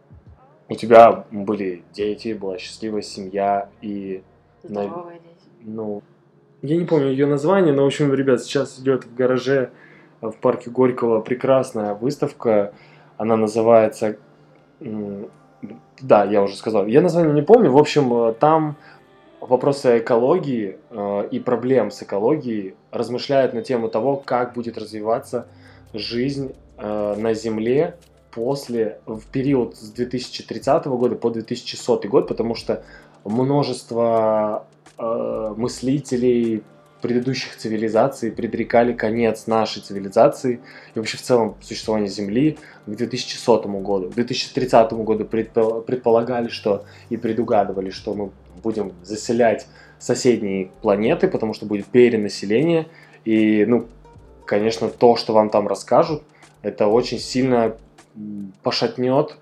у тебя были дети, была счастливая семья и... Здоровые дети. Ну, я не помню ее название, но, в общем, ребят, сейчас идет в гараже в парке Горького прекрасная выставка. Она называется... Да, я уже сказал. Я название не помню. В общем, там вопросы экологии и проблем с экологией размышляют на тему того, как будет развиваться жизнь на Земле после, в период с две тысячи тридцатого года по две тысячи сотый год, потому что множество э, мыслителей предыдущих цивилизаций предрекали конец нашей цивилизации и вообще в целом существования Земли к две тысячи сотому году. К две тысячи тридцатому году предполагали, что и предугадывали, что мы будем заселять соседние планеты, потому что будет перенаселение. И, ну, конечно, то, что вам там расскажут, это очень сильно пошатнет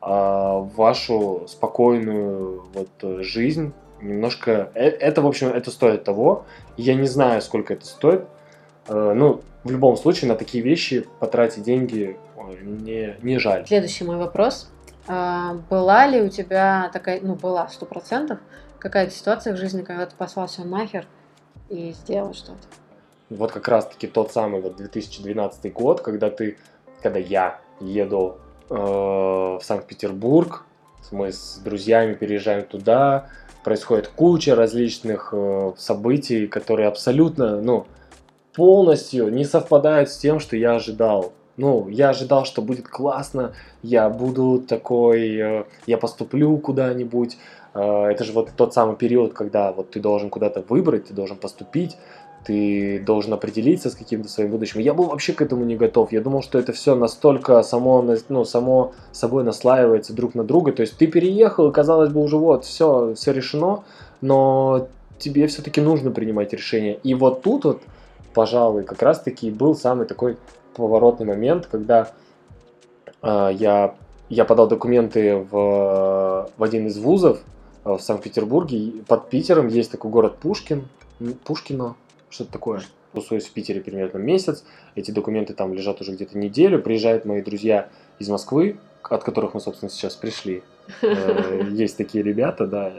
вашу спокойную вот жизнь немножко. Это, в общем, это стоит того. Я не знаю, сколько это стоит. Ну, в любом случае, на такие вещи потратить деньги не, не жаль. Следующий мой вопрос. Была ли у тебя такая, ну, была сто процентов какая-то ситуация в жизни, когда ты послал все нахер и сделал что-то? Вот как раз-таки тот самый вот две тысячи двенадцатый год, когда ты, когда я еду в Санкт-Петербург, мы с друзьями переезжаем туда, происходит куча различных событий, которые абсолютно, ну, полностью не совпадают с тем, что я ожидал. Ну, я ожидал, что будет классно, я буду такой, я поступлю куда-нибудь. Это же вот тот самый период, когда вот ты должен куда-то выбрать, ты должен поступить, ты должен определиться с каким-то своим будущим. Я был вообще к этому не готов. Я думал, что это все настолько само, ну, само собой наслаивается друг на друга. То есть ты переехал, и казалось бы уже вот, все, все решено, но тебе все-таки нужно принимать решение. И вот тут вот, пожалуй, как раз-таки был самый такой поворотный момент, когда э, я, я подал документы в, в один из вузов в Санкт-Петербурге. Под Питером есть такой город Пушкин, Пушкино. Что-то такое. тусуюсь в Питере примерно месяц, эти документы там лежат уже где-то неделю, приезжают мои друзья из Москвы, от которых мы, собственно, сейчас пришли. Есть такие ребята, да,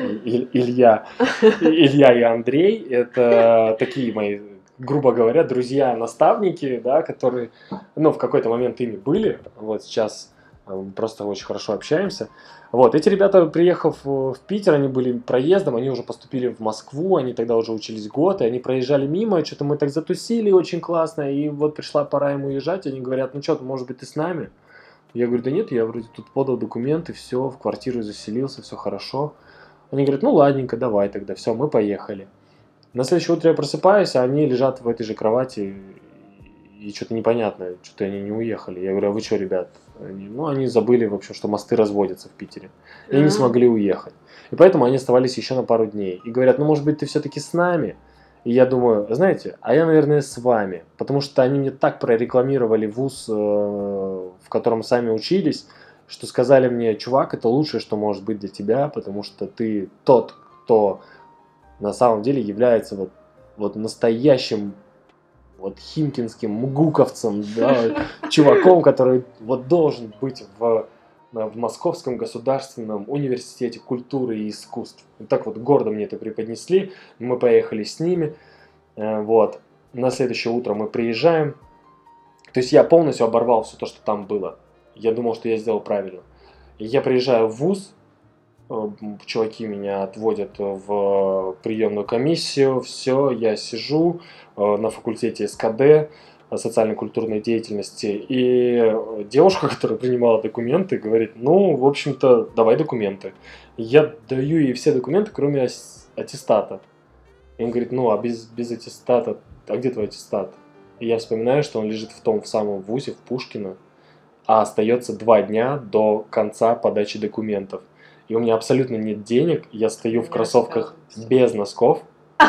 Илья, Илья и Андрей, это такие мои, грубо говоря, друзья-наставники, да, которые, ну, в какой-то момент ими были, вот сейчас просто очень хорошо общаемся. Вот, эти ребята, приехав в Питер, они были проездом, они уже поступили в Москву, они тогда уже учились год, и они проезжали мимо, и что-то мы так затусили очень классно, и вот пришла пора им уезжать, они говорят, ну что, может быть, ты с нами? Я говорю, да нет, я вроде тут подал документы, все, в квартиру заселился, все хорошо. Они говорят, ну ладненько, давай тогда, все, мы поехали. На следующее утро я просыпаюсь, а они лежат в этой же кровати, и что-то непонятно, что-то они не уехали. Я говорю, а вы что, ребят? Они, ну, они забыли, в общем, что мосты разводятся в Питере. И не смогли уехать. И поэтому они оставались еще на пару дней. И говорят, ну, может быть, ты все-таки с нами? И я думаю, знаете, а я, наверное, с вами. Потому что они мне так прорекламировали вуз, в котором сами учились, что сказали мне, чувак, это лучшее, что может быть для тебя, потому что ты тот, кто на самом деле является вот, вот настоящим вот химкинским мгуковцем, да, чуваком, который вот должен быть в, в Московском государственном университете культуры и искусств. И так вот гордо мне это преподнесли, мы поехали с ними, вот, на следующее утро мы приезжаем, то есть я полностью оборвал все то, что там было, я думал, что я сделал правильно. И я приезжаю в вуз, чуваки меня отводят в приемную комиссию, все, я сижу на факультете эс ка дэ, социально-культурной деятельности, и девушка, которая принимала документы, говорит, ну, в общем-то, давай документы. Я даю ей все документы, кроме аттестата. И он говорит, ну, а без, без аттестата, а где твой аттестат? И я вспоминаю, что он лежит в том в самом вузе, в Пушкино, а остается два дня до конца подачи документов. И у меня абсолютно нет денег, я стою в кроссовках без носков,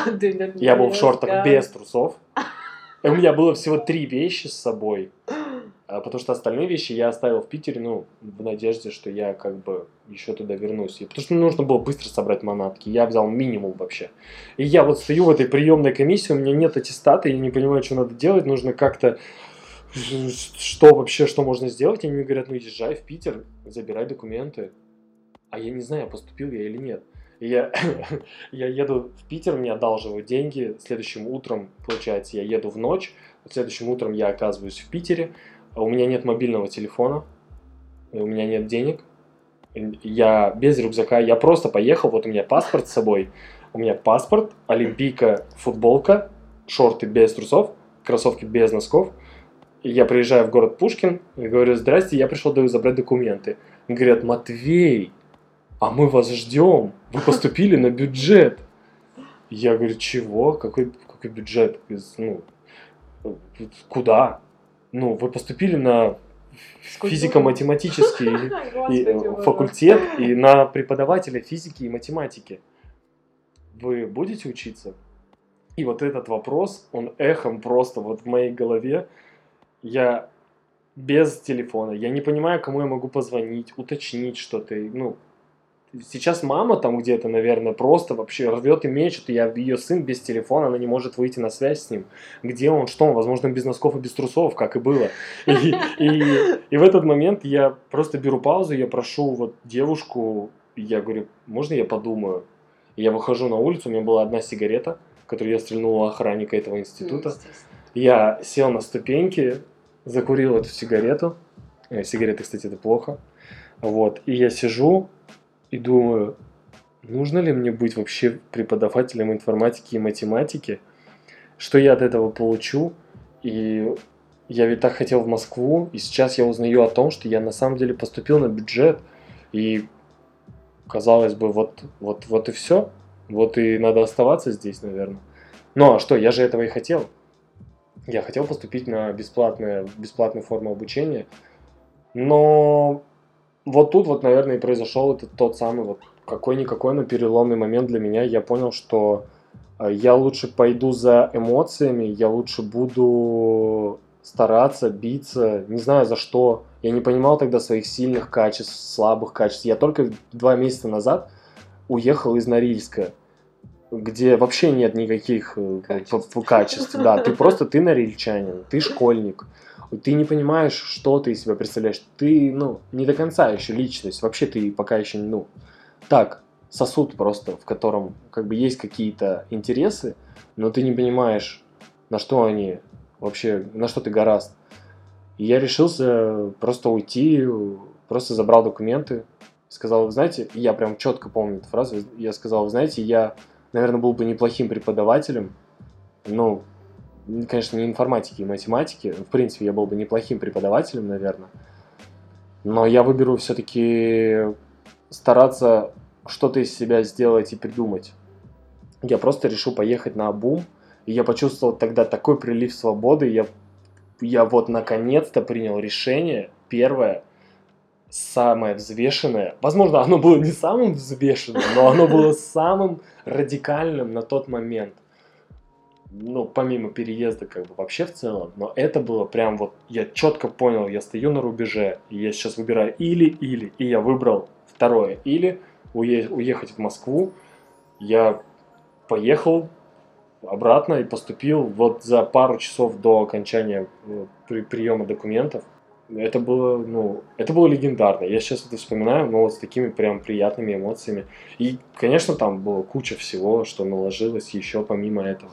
я был в шортах без трусов, и у меня было всего три вещи с собой, потому что остальные вещи я оставил в Питере, ну, в надежде, что я как бы еще туда вернусь. И потому что нужно было быстро собрать манатки, я взял минимум вообще. И я вот стою в этой приемной комиссии, у меня нет аттестата, я не понимаю, что надо делать, нужно как-то... Что вообще, что можно сделать? Они мне говорят, ну, езжай в Питер, забирай документы. А я не знаю, поступил я или нет. И я, я еду в Питер, мне одалживают деньги. Следующим утром, получается, я еду в ночь. Следующим утром я оказываюсь в Питере. У меня нет мобильного телефона. У меня нет денег. Я без рюкзака. Я просто поехал. Вот у меня паспорт с собой. У меня паспорт, олимпийка, футболка, шорты без трусов, кроссовки без носков. И я приезжаю в город Пушкин и говорю, здрасте, я пришел забрать документы. Говорят, Матвей, а мы вас ждем, вы поступили на бюджет. Я говорю, чего? Какой, какой бюджет? Ну, куда? Ну, вы поступили на физико-математический факультет и на преподавателя физики и математики. Вы будете учиться? И вот этот вопрос, он эхом просто вот в моей голове. Я без телефона, я не понимаю, кому я могу позвонить, уточнить что-то, ну... Сейчас мама там где-то, наверное, просто вообще рвет и мечет, и я, ее сын без телефона, она не может выйти на связь с ним. Где он, что он, возможно, без носков и без трусов, как и было. И, и, и в этот момент я просто беру паузу, я прошу вот девушку, я говорю, можно я подумаю? И я выхожу на улицу, у меня была одна сигарета, которую я стрельнул у охранника этого института. Я сел на ступеньки, закурил эту сигарету. Сигареты, кстати, это плохо. Вот, и я сижу... И думаю, нужно ли мне быть вообще преподавателем информатики и математики? Что я от этого получу? И я ведь так хотел в Москву, и сейчас я узнаю о том, что я на самом деле поступил на бюджет. И, казалось бы, вот, вот, вот и все. Вот и надо оставаться здесь, наверное. Ну а что, я же этого и хотел. Я хотел поступить на бесплатную, бесплатную форму обучения. Но... Вот тут вот, наверное, и произошел этот тот самый вот какой-никакой, но переломный момент для меня. Я понял, что я лучше пойду за эмоциями, я лучше буду стараться, биться, не знаю за что. Я не понимал тогда своих сильных качеств, слабых качеств. Я только два месяца назад уехал из Норильска. где вообще нет никаких э, Качеств. п- п- качеств. Да, ты просто ты норильчанин, ты школьник. Ты не понимаешь, что ты из себя представляешь. Ты, ну, не до конца еще личность. Вообще ты пока еще, ну, так, сосуд просто, в котором как бы есть какие-то интересы, но ты не понимаешь, на что они вообще, на что ты гораст. И я решился просто уйти, просто забрал документы, сказал, вы знаете, и я прям четко помню эту фразу, я сказал, вы знаете, я, наверное, был бы неплохим преподавателем, ну, конечно, не информатики и математики, в принципе, я был бы неплохим преподавателем, наверное, но я выберу все-таки стараться что-то из себя сделать и придумать. Я просто решил поехать на обум, и я почувствовал тогда такой прилив свободы, я, я вот наконец-то принял решение, первое, самое взвешенное. Возможно, оно было не самым взвешенным, но оно было самым радикальным на тот момент. Ну, помимо переезда, как бы вообще в целом, но это было прям вот, я четко понял, я стою на рубеже, и я сейчас выбираю или-или, и я выбрал второе, или уе- уехать в Москву, я поехал обратно и поступил вот за пару часов до окончания э, при- приема документов. Это было, ну, это было легендарно. Я сейчас это вспоминаю, но вот с такими прям приятными эмоциями. И, конечно, там была куча всего, что наложилось еще помимо этого.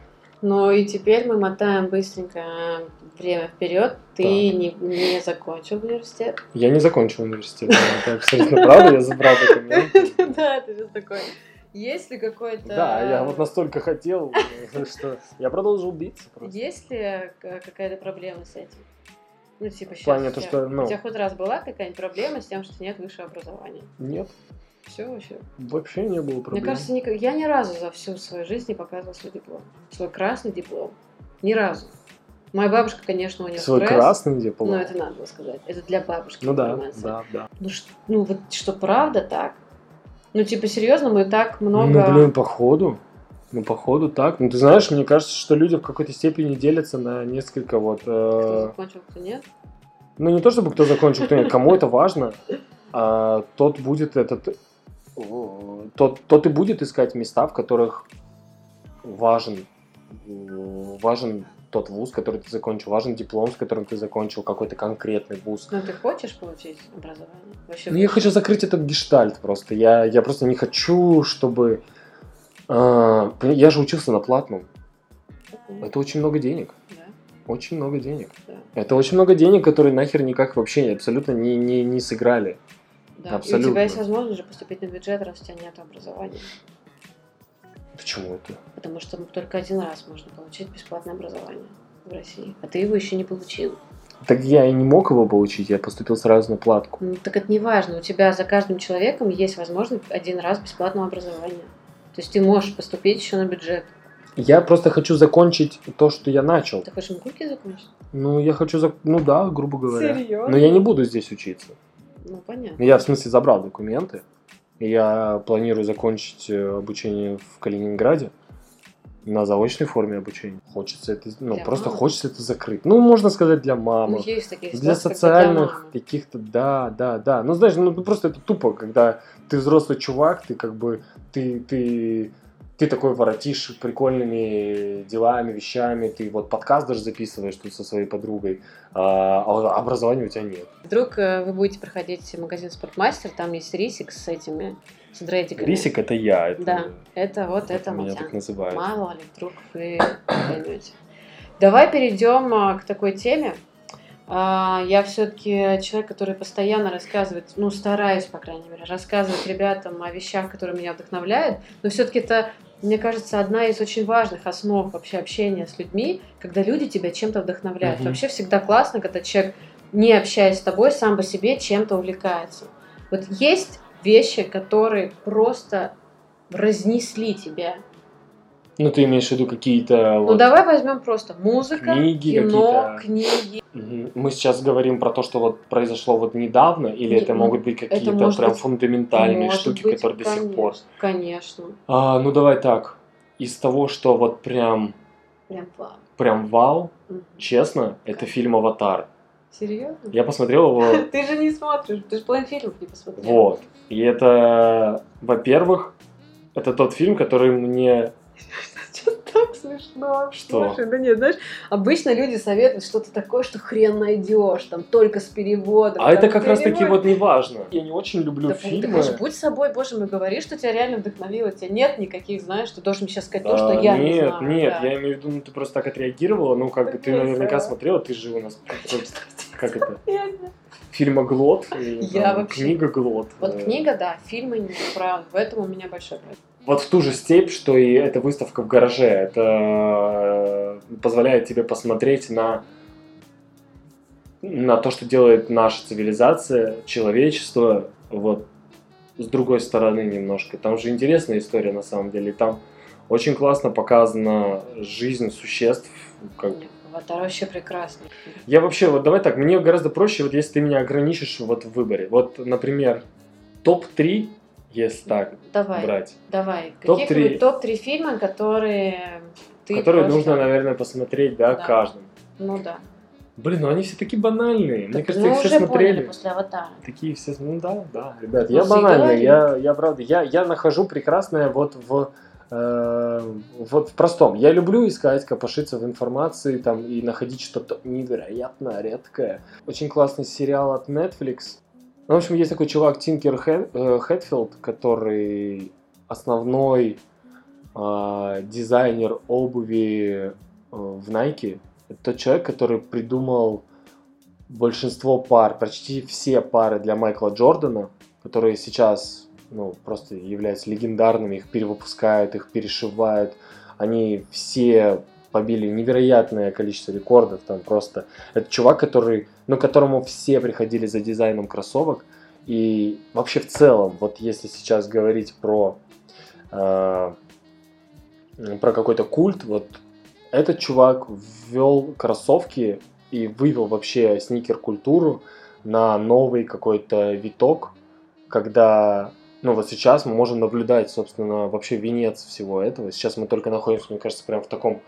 Ну и теперь мы мотаем быстренько время вперед. Ты Так. не, не закончил университет. Я не закончил университет, да, это абсолютно правда, я забрал документы. Да, ты сейчас такой. Есть ли какой-то... Да, я вот настолько хотел, что я продолжил биться просто. Есть ли к- какая-то проблема с этим? Ну, типа, сейчас. В плане то, что, ну- У тебя хоть раз была какая-нибудь проблема с тем, что нет высшего образования? Нет, Все вообще. вообще не было проблем. Мне кажется, ник- я ни разу за всю свою жизнь не показывала свой диплом. Свой красный диплом. Ни разу. Моя бабушка, конечно, у нее Свой стресс. красный диплом. Ну, это надо было сказать. Это для бабушки Ну да, информация. да, да. Ну, ш- ну, вот что правда так? Ну, типа, серьезно, мы так много... Ну, блин, походу. Ну, походу так. Ну, ты знаешь, мне кажется, что люди в какой-то степени делятся на несколько вот... Кто э, закончил, кто нет. Ну, не то, чтобы кто закончил, кто нет. Кому это важно, а тот будет этот... э, Тот, тот и будет искать места, в которых важен, э, важен тот вуз, который ты закончил, важен диплом, с которым ты закончил, какой-то конкретный вуз. Ну, ты хочешь получить образование? Вообще, Ну, я хочу закрыть этот гештальт просто. Я, я просто не хочу, чтобы... а, пони- я же учился на платном. ну, Это очень много денег. да, Очень много денег. да, Это очень много денег, которые нахер никак вообще абсолютно не, не, не сыграли. да. И у Абсолютно. тебя есть возможность же поступить на бюджет, раз у тебя нет образования. Почему это? Потому что только один раз можно получить бесплатное образование в России. А ты его еще не получил. Так я и не мог его получить, я поступил сразу на платку. Ну, так это не важно. У тебя за каждым человеком есть возможность один раз бесплатного образования. То есть ты можешь поступить еще на бюджет. Я просто хочу закончить то, что я начал. Ты хочешь МГУКи закончить? Ну, я хочу... зак- Ну да, грубо говоря. Серьезно? Но я не буду здесь учиться. Ну, понятно. Ну, я, в смысле, забрал документы. И я планирую закончить э, обучение в Калининграде на заочной форме обучения. Хочется это, ну, Для просто мамы? хочется это закрыть. Ну, можно сказать, для мамы. Ну, есть такие Для ситуации, когда социальных мамы. каких-то, да, да, да. Ну, знаешь, ну просто это тупо, когда ты взрослый чувак, ты как бы, ты, ты, ты такой воротишь прикольными делами, вещами, ты вот подкаст даже записываешь тут со своей подругой, а, а образования у тебя нет. Вдруг э, вы будете проходить магазин Спортмастер, там есть рисик с этими, с дредиками. Рисик — это я, это, Да, это вот это меня Матян. так называют. Мало ли, вдруг вы поймете. Давай перейдем а, к такой теме. А, я все-таки человек, который постоянно рассказывает, ну, стараюсь, по крайней мере, рассказывать ребятам о вещах, которые меня вдохновляют, но все-таки это, мне кажется, одна из очень важных основ вообще общения с людьми, когда люди тебя чем-то вдохновляют. Мгм. Вообще всегда классно, когда человек, не общаясь с тобой, сам по себе чем-то увлекается. Вот есть вещи, которые просто разнесли тебя. Ну, ты имеешь в виду какие-то Ну, вот давай возьмем просто музыка, книги кино, какие-то. книги. Мгм. Мы сейчас говорим про то, что вот произошло вот недавно, или Не- это ну, могут быть какие-то может прям быть- фундаментальные Может штуки, быть, которые до сих конечно, пор. Конечно. А, ну давай так. Из того, что вот прям, Прям вау. прям вау, Мгм. честно, это фильм «Аватар». Серьезно? Я посмотрел его, Ты же не смотришь, ты же половину фильмов не посмотрел. вот. И это, во-первых, Это тот фильм, который мне... Что-то так смешно. Что? Слушай, да нет, знаешь, обычно люди советуют что-то такое, что хрен найдешь, там только с переводом. А там, это как раз таки перевод. вот не важно. Я не очень люблю Да, фильмы. Да, будь собой, боже мой, говори, что тебя реально вдохновило. У тебя нет никаких, знаешь, ты должен мне сейчас сказать то, что А, я нет, не знаю. Нет, да. я имею в виду, ну ты просто так отреагировала, ну как бы ты Окей, наверняка сама. смотрела, ты же у нас как это? Я не- Фильмоглот, Я вообще- книга-глот. Вот Э, книга, да, фильмы нет, правда. В этом у меня большой проблем. Вот в ту же степь, что и эта выставка в гараже. Это э, позволяет тебе посмотреть на, на то, что делает наша цивилизация, человечество, вот с другой стороны немножко. Там же интересная история на самом деле. Там очень классно показана жизнь существ. Как... Нет, «Аватар» вообще прекрасный. Я вообще, вот давай так, мне гораздо проще, вот если ты меня ограничишь вот в выборе. Вот, например, топ три, если так Давай, брать. давай. Топ-три. Каких-нибудь топ-три фильма, которые ты Которые просто- нужно, наверное, посмотреть, да, Да. каждому. Ну да. Блин, ну они все такие банальные. Мне Так кажется, мы их все уже смотрели. поняли после «Аватара». Такие все, ну да, да, ребят, Ну, я ты банальный, говори. я, я правда, я, я нахожу прекрасное вот в, э, вот в простом. Я люблю искать, копошиться в информации там и находить что-то невероятно редкое. Очень классный сериал от Netflix. Ну, в общем, есть такой чувак Тинкер Хэн- э, Хэтфилд, который основной э, дизайнер обуви э, в Nike. Это тот человек, который придумал большинство пар, почти все пары для Майкла Джордана, которые сейчас ну, просто являются легендарными, их перевыпускают, их перешивают. Они все побили невероятное количество рекордов. Там просто это чувак, который, ну, которому все приходили за дизайном кроссовок. И вообще в целом, вот если сейчас говорить про, э, про какой-то культ, вот этот чувак ввел кроссовки и вывел вообще сникер-культуру на новый какой-то виток, когда, ну вот сейчас мы можем наблюдать, собственно, вообще венец всего этого. Сейчас мы только находимся, мне кажется, прям в таком,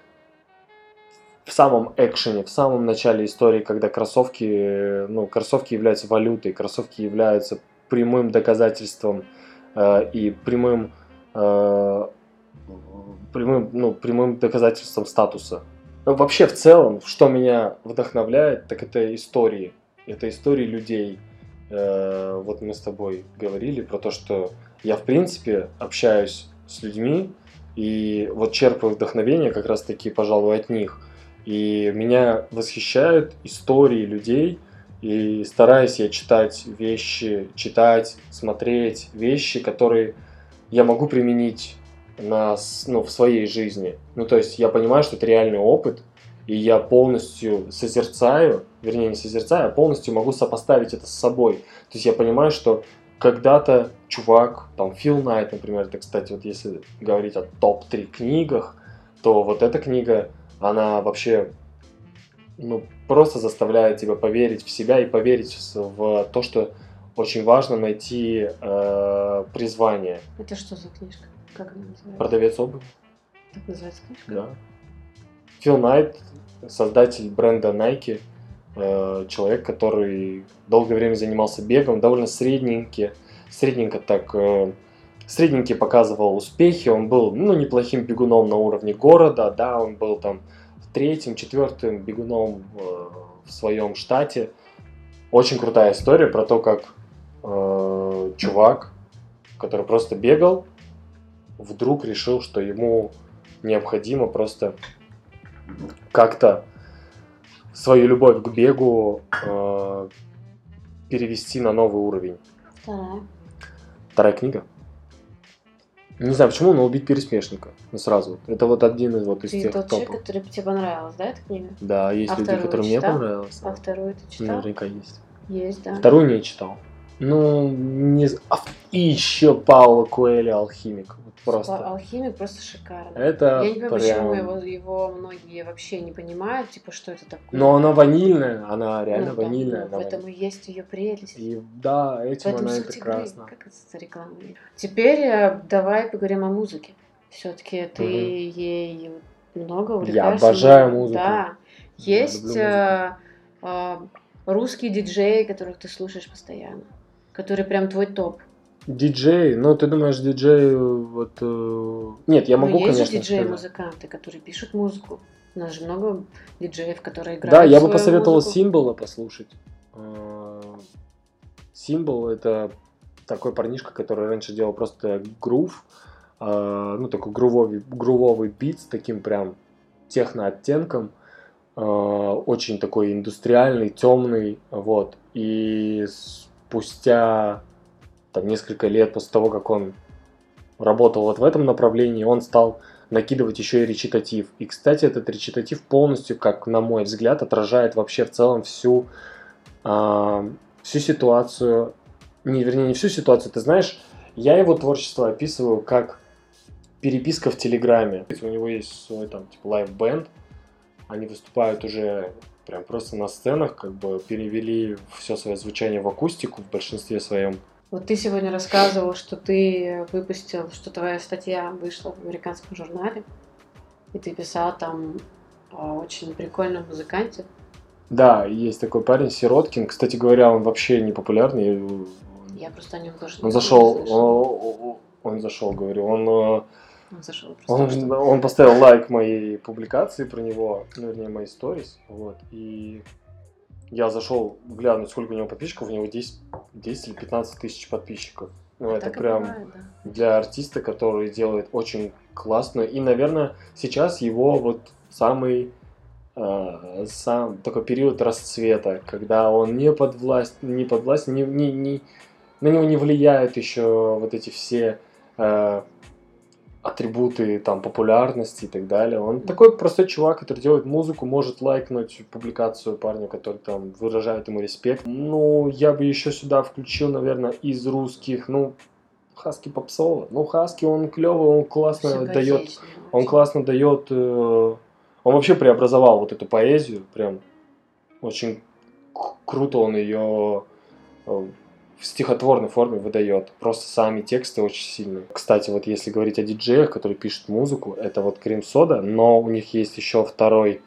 в самом экшене, в самом начале истории, когда кроссовки, ну, кроссовки являются валютой, кроссовки являются прямым доказательством э, и прямым, э, прямым, ну, прямым доказательством статуса. Вообще, в целом, что меня вдохновляет, так это истории. Это истории людей. Э, вот мы с тобой говорили про то, что я, в принципе, общаюсь с людьми, и вот черпаю вдохновение как раз-таки, пожалуй, от них. И меня восхищают истории людей, и стараюсь я читать вещи, читать, смотреть вещи, которые я могу применить на, ну, в своей жизни. Ну, то есть я понимаю, что это реальный опыт, и я полностью созерцаю, вернее, не созерцаю, а полностью могу сопоставить это с собой. То есть я понимаю, что когда-то чувак, там, Фил Найт, например, это, кстати, вот если говорить о топ три книгах, то вот эта книга, она вообще, ну, просто заставляет тебя поверить в себя и поверить в то, что очень важно найти э, призвание. Это что за книжка? Как она называется? Продавец обуви. Так называется книжка? Да. Фил Найт, создатель бренда Nike, э, человек, который долгое время занимался бегом, довольно средненький, средненько так, э, средненький показывал успехи, он был, ну, неплохим бегуном на уровне города, да, он был там третьим, четвертым бегуном э, в своем штате. Очень крутая история про то, как э, чувак, который просто бегал, вдруг решил, что ему необходимо просто как-то свою любовь к бегу э, перевести на новый уровень. Вторая. Вторая книга. Не знаю, почему, но «Убить пересмешника». Ну, сразу. Это вот один из вот из Ты тех тот человек, топов. который тебе понравилась, да, эта книга? Да, есть А люди, вторую которые мне читал? понравились. А вторую ты читал? Наверняка есть. Есть, да. Вторую не читал. Ну, не... з- а, и еще Пауло Коэльо «Алхимик». Вот просто. Алхимик просто шикарный. Это Я не понимаю, прям... почему его, его многие вообще не понимают, типа, что это такое. Но она ванильная, она реально Ну, да, ванильная. ну, она в этом и есть ее прелесть. И да, В этим этом она и суть игры, прекрасна. как это за реклама. Теперь э, давай поговорим о музыке. Все-таки ты Мгм. ей много Я увлекаешься. обожаю музыку. Да. Я Есть люблю э, э, русские диджеи, которых ты слушаешь постоянно, которые прям твой топ. Диджей, ну ты думаешь, диджей вот... э, Нет, я Но могу, есть же конечно, сказать. диджеи-музыканты, которые пишут музыку. У нас же много диджеев, которые Да, играют я бы свою посоветовал музыку. Симбола послушать. Э, Симбол — это такой парнишка, который раньше делал просто грув, э, ну такой грувовый, грувовый бит с таким прям техно-оттенком, э, очень такой индустриальный, темный, вот. И спустя там несколько лет после того, как он работал вот в этом направлении, он стал накидывать еще и речитатив. И, кстати, этот речитатив полностью, как на мой взгляд, отражает вообще в целом всю, а, всю ситуацию. Не, вернее, не всю ситуацию. Ты знаешь, я его творчество описываю как переписка в Телеграме. У него есть свой там типа лайв-бенд. Они выступают уже прям просто на сценах, как бы перевели все свое звучание в акустику в большинстве своем. Вот ты сегодня рассказывал, что ты выпустил, что твоя статья вышла в американском журнале, и ты писал там о очень прикольном музыканте. Да, есть такой парень Сироткин. Кстати говоря, он вообще не популярный. Я просто о нем тоже Он не зашел, слышала. он, он зашел, говорю, он, э, Он зашел просто. он, что- он поставил лайк моей публикации про него, ну, вернее, моей сторис, вот, и я зашел глянуть, сколько у него подписчиков, у него десять, десять или пятнадцать тысяч подписчиков. Ну, А это так и прям бывает, да. для артиста, который делает очень классную, и, наверное, сейчас его вот самый, э, сам такой период расцвета, когда он не под власть, не под власть, не, не, не, на него не влияют еще вот эти все э, атрибуты там популярности и так далее. Он такой простой чувак, который делает музыку, может лайкнуть публикацию парня, который там выражает ему респект. Ну, я бы еще сюда включил, наверное, из русских, ну, Хаски попсово. Ну, Хаски, он клевый, он классно дает, Симпатичный он очень. классно дает, э, он вообще преобразовал вот эту поэзию, прям очень к- круто он ее э, в стихотворной форме выдает. Просто сами тексты очень сильные. Кстати, вот если говорить о диджеях, которые пишут музыку, это вот Крем Сода, но у них есть еще второй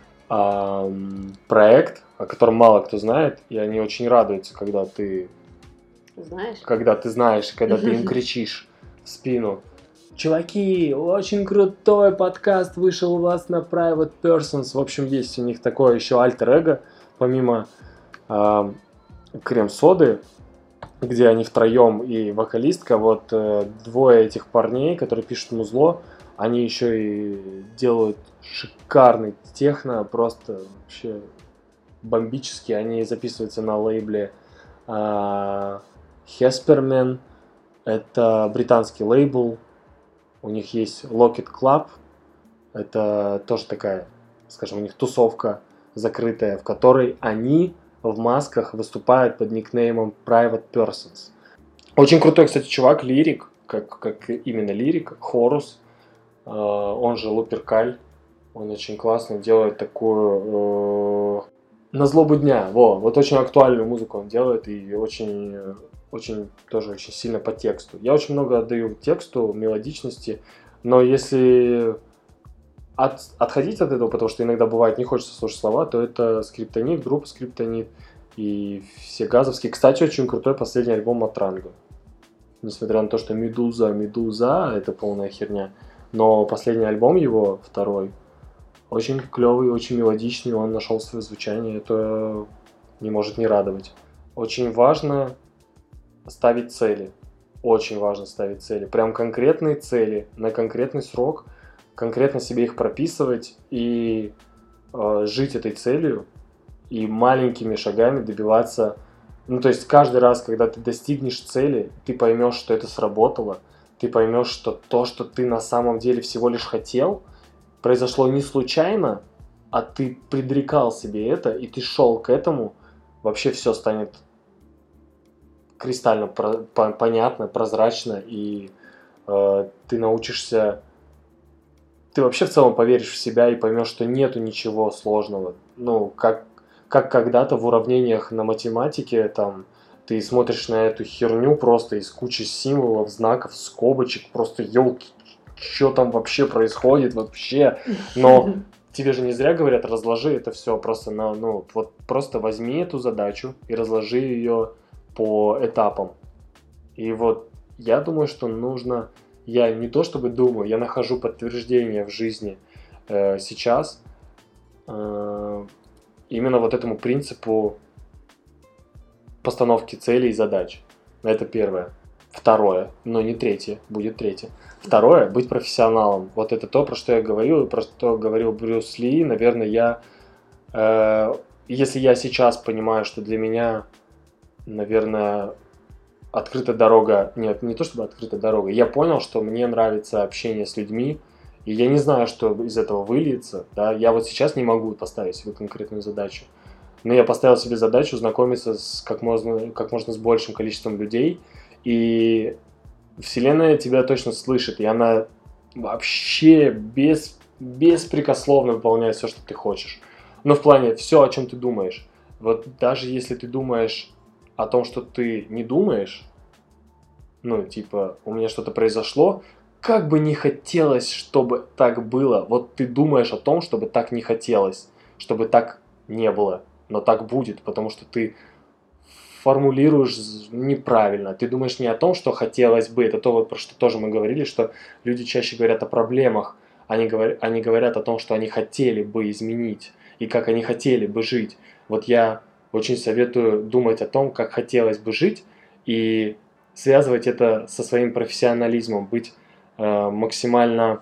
ам, проект, о котором мало кто знает, и они очень радуются, когда ты, Знаешь? когда ты знаешь, когда ты им кричишь в спину. Чуваки, очень крутой подкаст вышел у вас на Private Persons. В общем, есть у них такое еще альтер-эго, помимо ам, Крем Соды, где они втроем и вокалистка, вот э, двое этих парней, которые пишут музло, они еще и делают шикарный техно, просто вообще бомбический. Они записываются на лейбле э, Hesperman, это британский лейбл, у них есть Locket Club, это тоже такая, скажем, у них тусовка закрытая, в которой они в масках выступают под никнеймом Private Persons. Очень крутой, кстати, чувак, лирик, как, как именно лирик, Хорус, э, он же Луперкаль, он очень классно делает такую э, на злобу дня, во, вот очень актуальную музыку он делает и очень, очень тоже очень сильно по тексту. Я очень много отдаю тексту, мелодичности, но если От, отходить от этого, потому что иногда бывает не хочется слушать слова, то это Скриптонит, группа Скриптонит и все газовские. Кстати, очень крутой последний альбом Матранга. Несмотря на то, что Медуза, Медуза, это полная херня. Но последний альбом его, второй, очень клевый, очень мелодичный, он нашел свое звучание, это не может не радовать. Очень важно ставить цели. Очень важно ставить цели. Прям конкретные цели на конкретный срок, конкретно себе их прописывать и э, жить этой целью и маленькими шагами добиваться. Ну, то есть каждый раз, когда ты достигнешь цели, ты поймешь, что это сработало, ты поймешь, что то, что ты на самом деле всего лишь хотел, произошло не случайно, а ты предрекал себе это, и ты шел к этому, вообще все станет кристально про- по- понятно, прозрачно, и э, ты научишься. Ты вообще в целом поверишь в себя и поймешь, что нету ничего сложного. Ну, как, как когда-то в уравнениях на математике, там, ты смотришь на эту херню просто из кучи символов, знаков, скобочек, просто елки, что там вообще происходит вообще. Но тебе же не зря говорят, разложи это все просто на, ну, вот просто возьми эту задачу и разложи ее по этапам. И вот я думаю, что нужно, я не то чтобы думаю, я нахожу подтверждение в жизни э, сейчас э, именно вот этому принципу постановки целей и задач. Это первое. Второе, но не третье, будет третье. Второе, быть профессионалом. Вот это то, про что я говорил, про что говорил Брюс Ли. Наверное, я, э, если я сейчас понимаю, что для меня, наверное, открыта дорога, нет, не то чтобы открыта дорога, я понял, что мне нравится общение с людьми, и я не знаю, что из этого выльется, да, я вот сейчас не могу поставить себе конкретную задачу, но я поставил себе задачу знакомиться с как можно, как можно с большим количеством людей, и Вселенная тебя точно слышит, и она вообще без, беспрекословно выполняет все, что ты хочешь. Но в плане все, о чем ты думаешь. Вот даже если ты думаешь о том, что ты не думаешь, ну, типа, у меня что-то произошло, как бы не хотелось, чтобы так было. Вот ты думаешь о том, чтобы так не хотелось, чтобы так не было, но так будет, потому что ты формулируешь неправильно. Ты думаешь не о том, что хотелось бы. Это то, вот, про что тоже мы говорили, что люди чаще говорят о проблемах, они говорят, они говорят о том, что они хотели бы изменить и как они хотели бы жить. Вот я очень советую думать о том, как хотелось бы жить, и связывать это со своим профессионализмом, быть э, максимально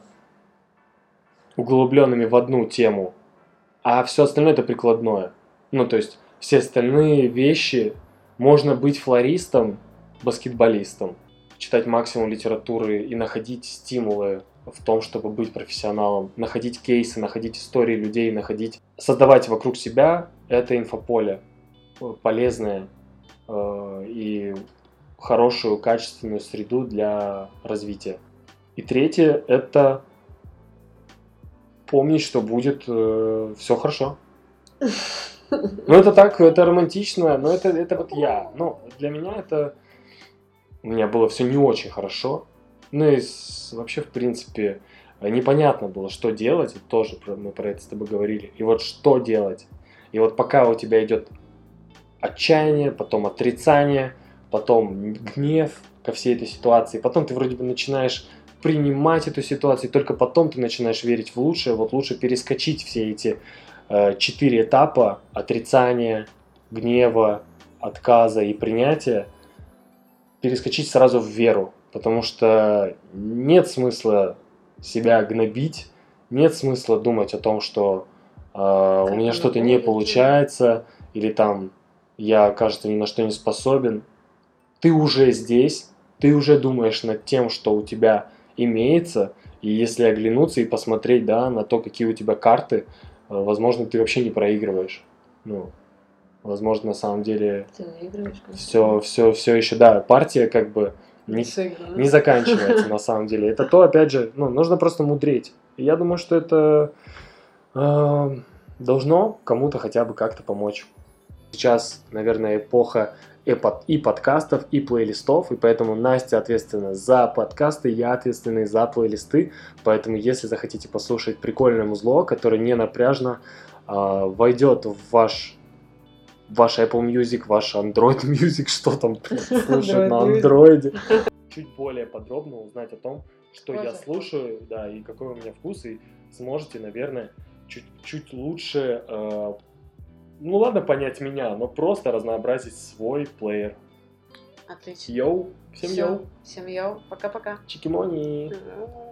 углубленными в одну тему, а все остальное это прикладное. Ну, то есть все остальные вещи, можно быть флористом, баскетболистом, читать максимум литературы и находить стимулы в том, чтобы быть профессионалом, находить кейсы, находить истории людей, находить, создавать вокруг себя это инфополе полезное э, и хорошую, качественную среду для развития. И третье – это помнить, что будет э, все хорошо. Ну, это так, это романтично, но это, это вот я. Ну, для меня это... У меня было все не очень хорошо. Ну, и с, вообще, в принципе, непонятно было, что делать. Вот тоже мы про это с тобой говорили. И вот что делать. И вот пока у тебя идет отчаяние, потом отрицание, потом гнев ко всей этой ситуации, потом ты вроде бы начинаешь принимать эту ситуацию, и только потом ты начинаешь верить в лучшее. Вот лучше перескочить все эти э, четыре этапа отрицания, гнева, отказа и принятия, перескочить сразу в веру, потому что нет смысла себя гнобить, нет смысла думать о том, что э, у меня что-то не получается, или там я, кажется, ни на что не способен. Ты уже здесь, ты уже думаешь над тем, что у тебя имеется, и если оглянуться и посмотреть, да, на то, какие у тебя карты, возможно, ты вообще не проигрываешь. Ну, возможно, на самом деле все, все, все еще, да, партия как бы не, не заканчивается на самом деле. Это то, опять же, ну, нужно просто мудреть. И я думаю, что это э, должно кому-то хотя бы как-то помочь. Сейчас, наверное, эпоха и подкастов, и плейлистов, и поэтому Настя ответственна за подкасты, я ответственный за плейлисты, поэтому если захотите послушать прикольное музло, которое не напряжно э, войдет в ваш, ваш Apple Music, ваш Android Music, что там слушать на Android, чуть более подробно узнать о том, что я слушаю, да, и какой у меня вкус, и сможете, наверное, чуть-чуть лучше э, ну ладно понять меня, но просто разнообразить свой плеер. Отлично. Йоу, всем Всё. йоу. Всем йоу. Пока-пока. Чикимони.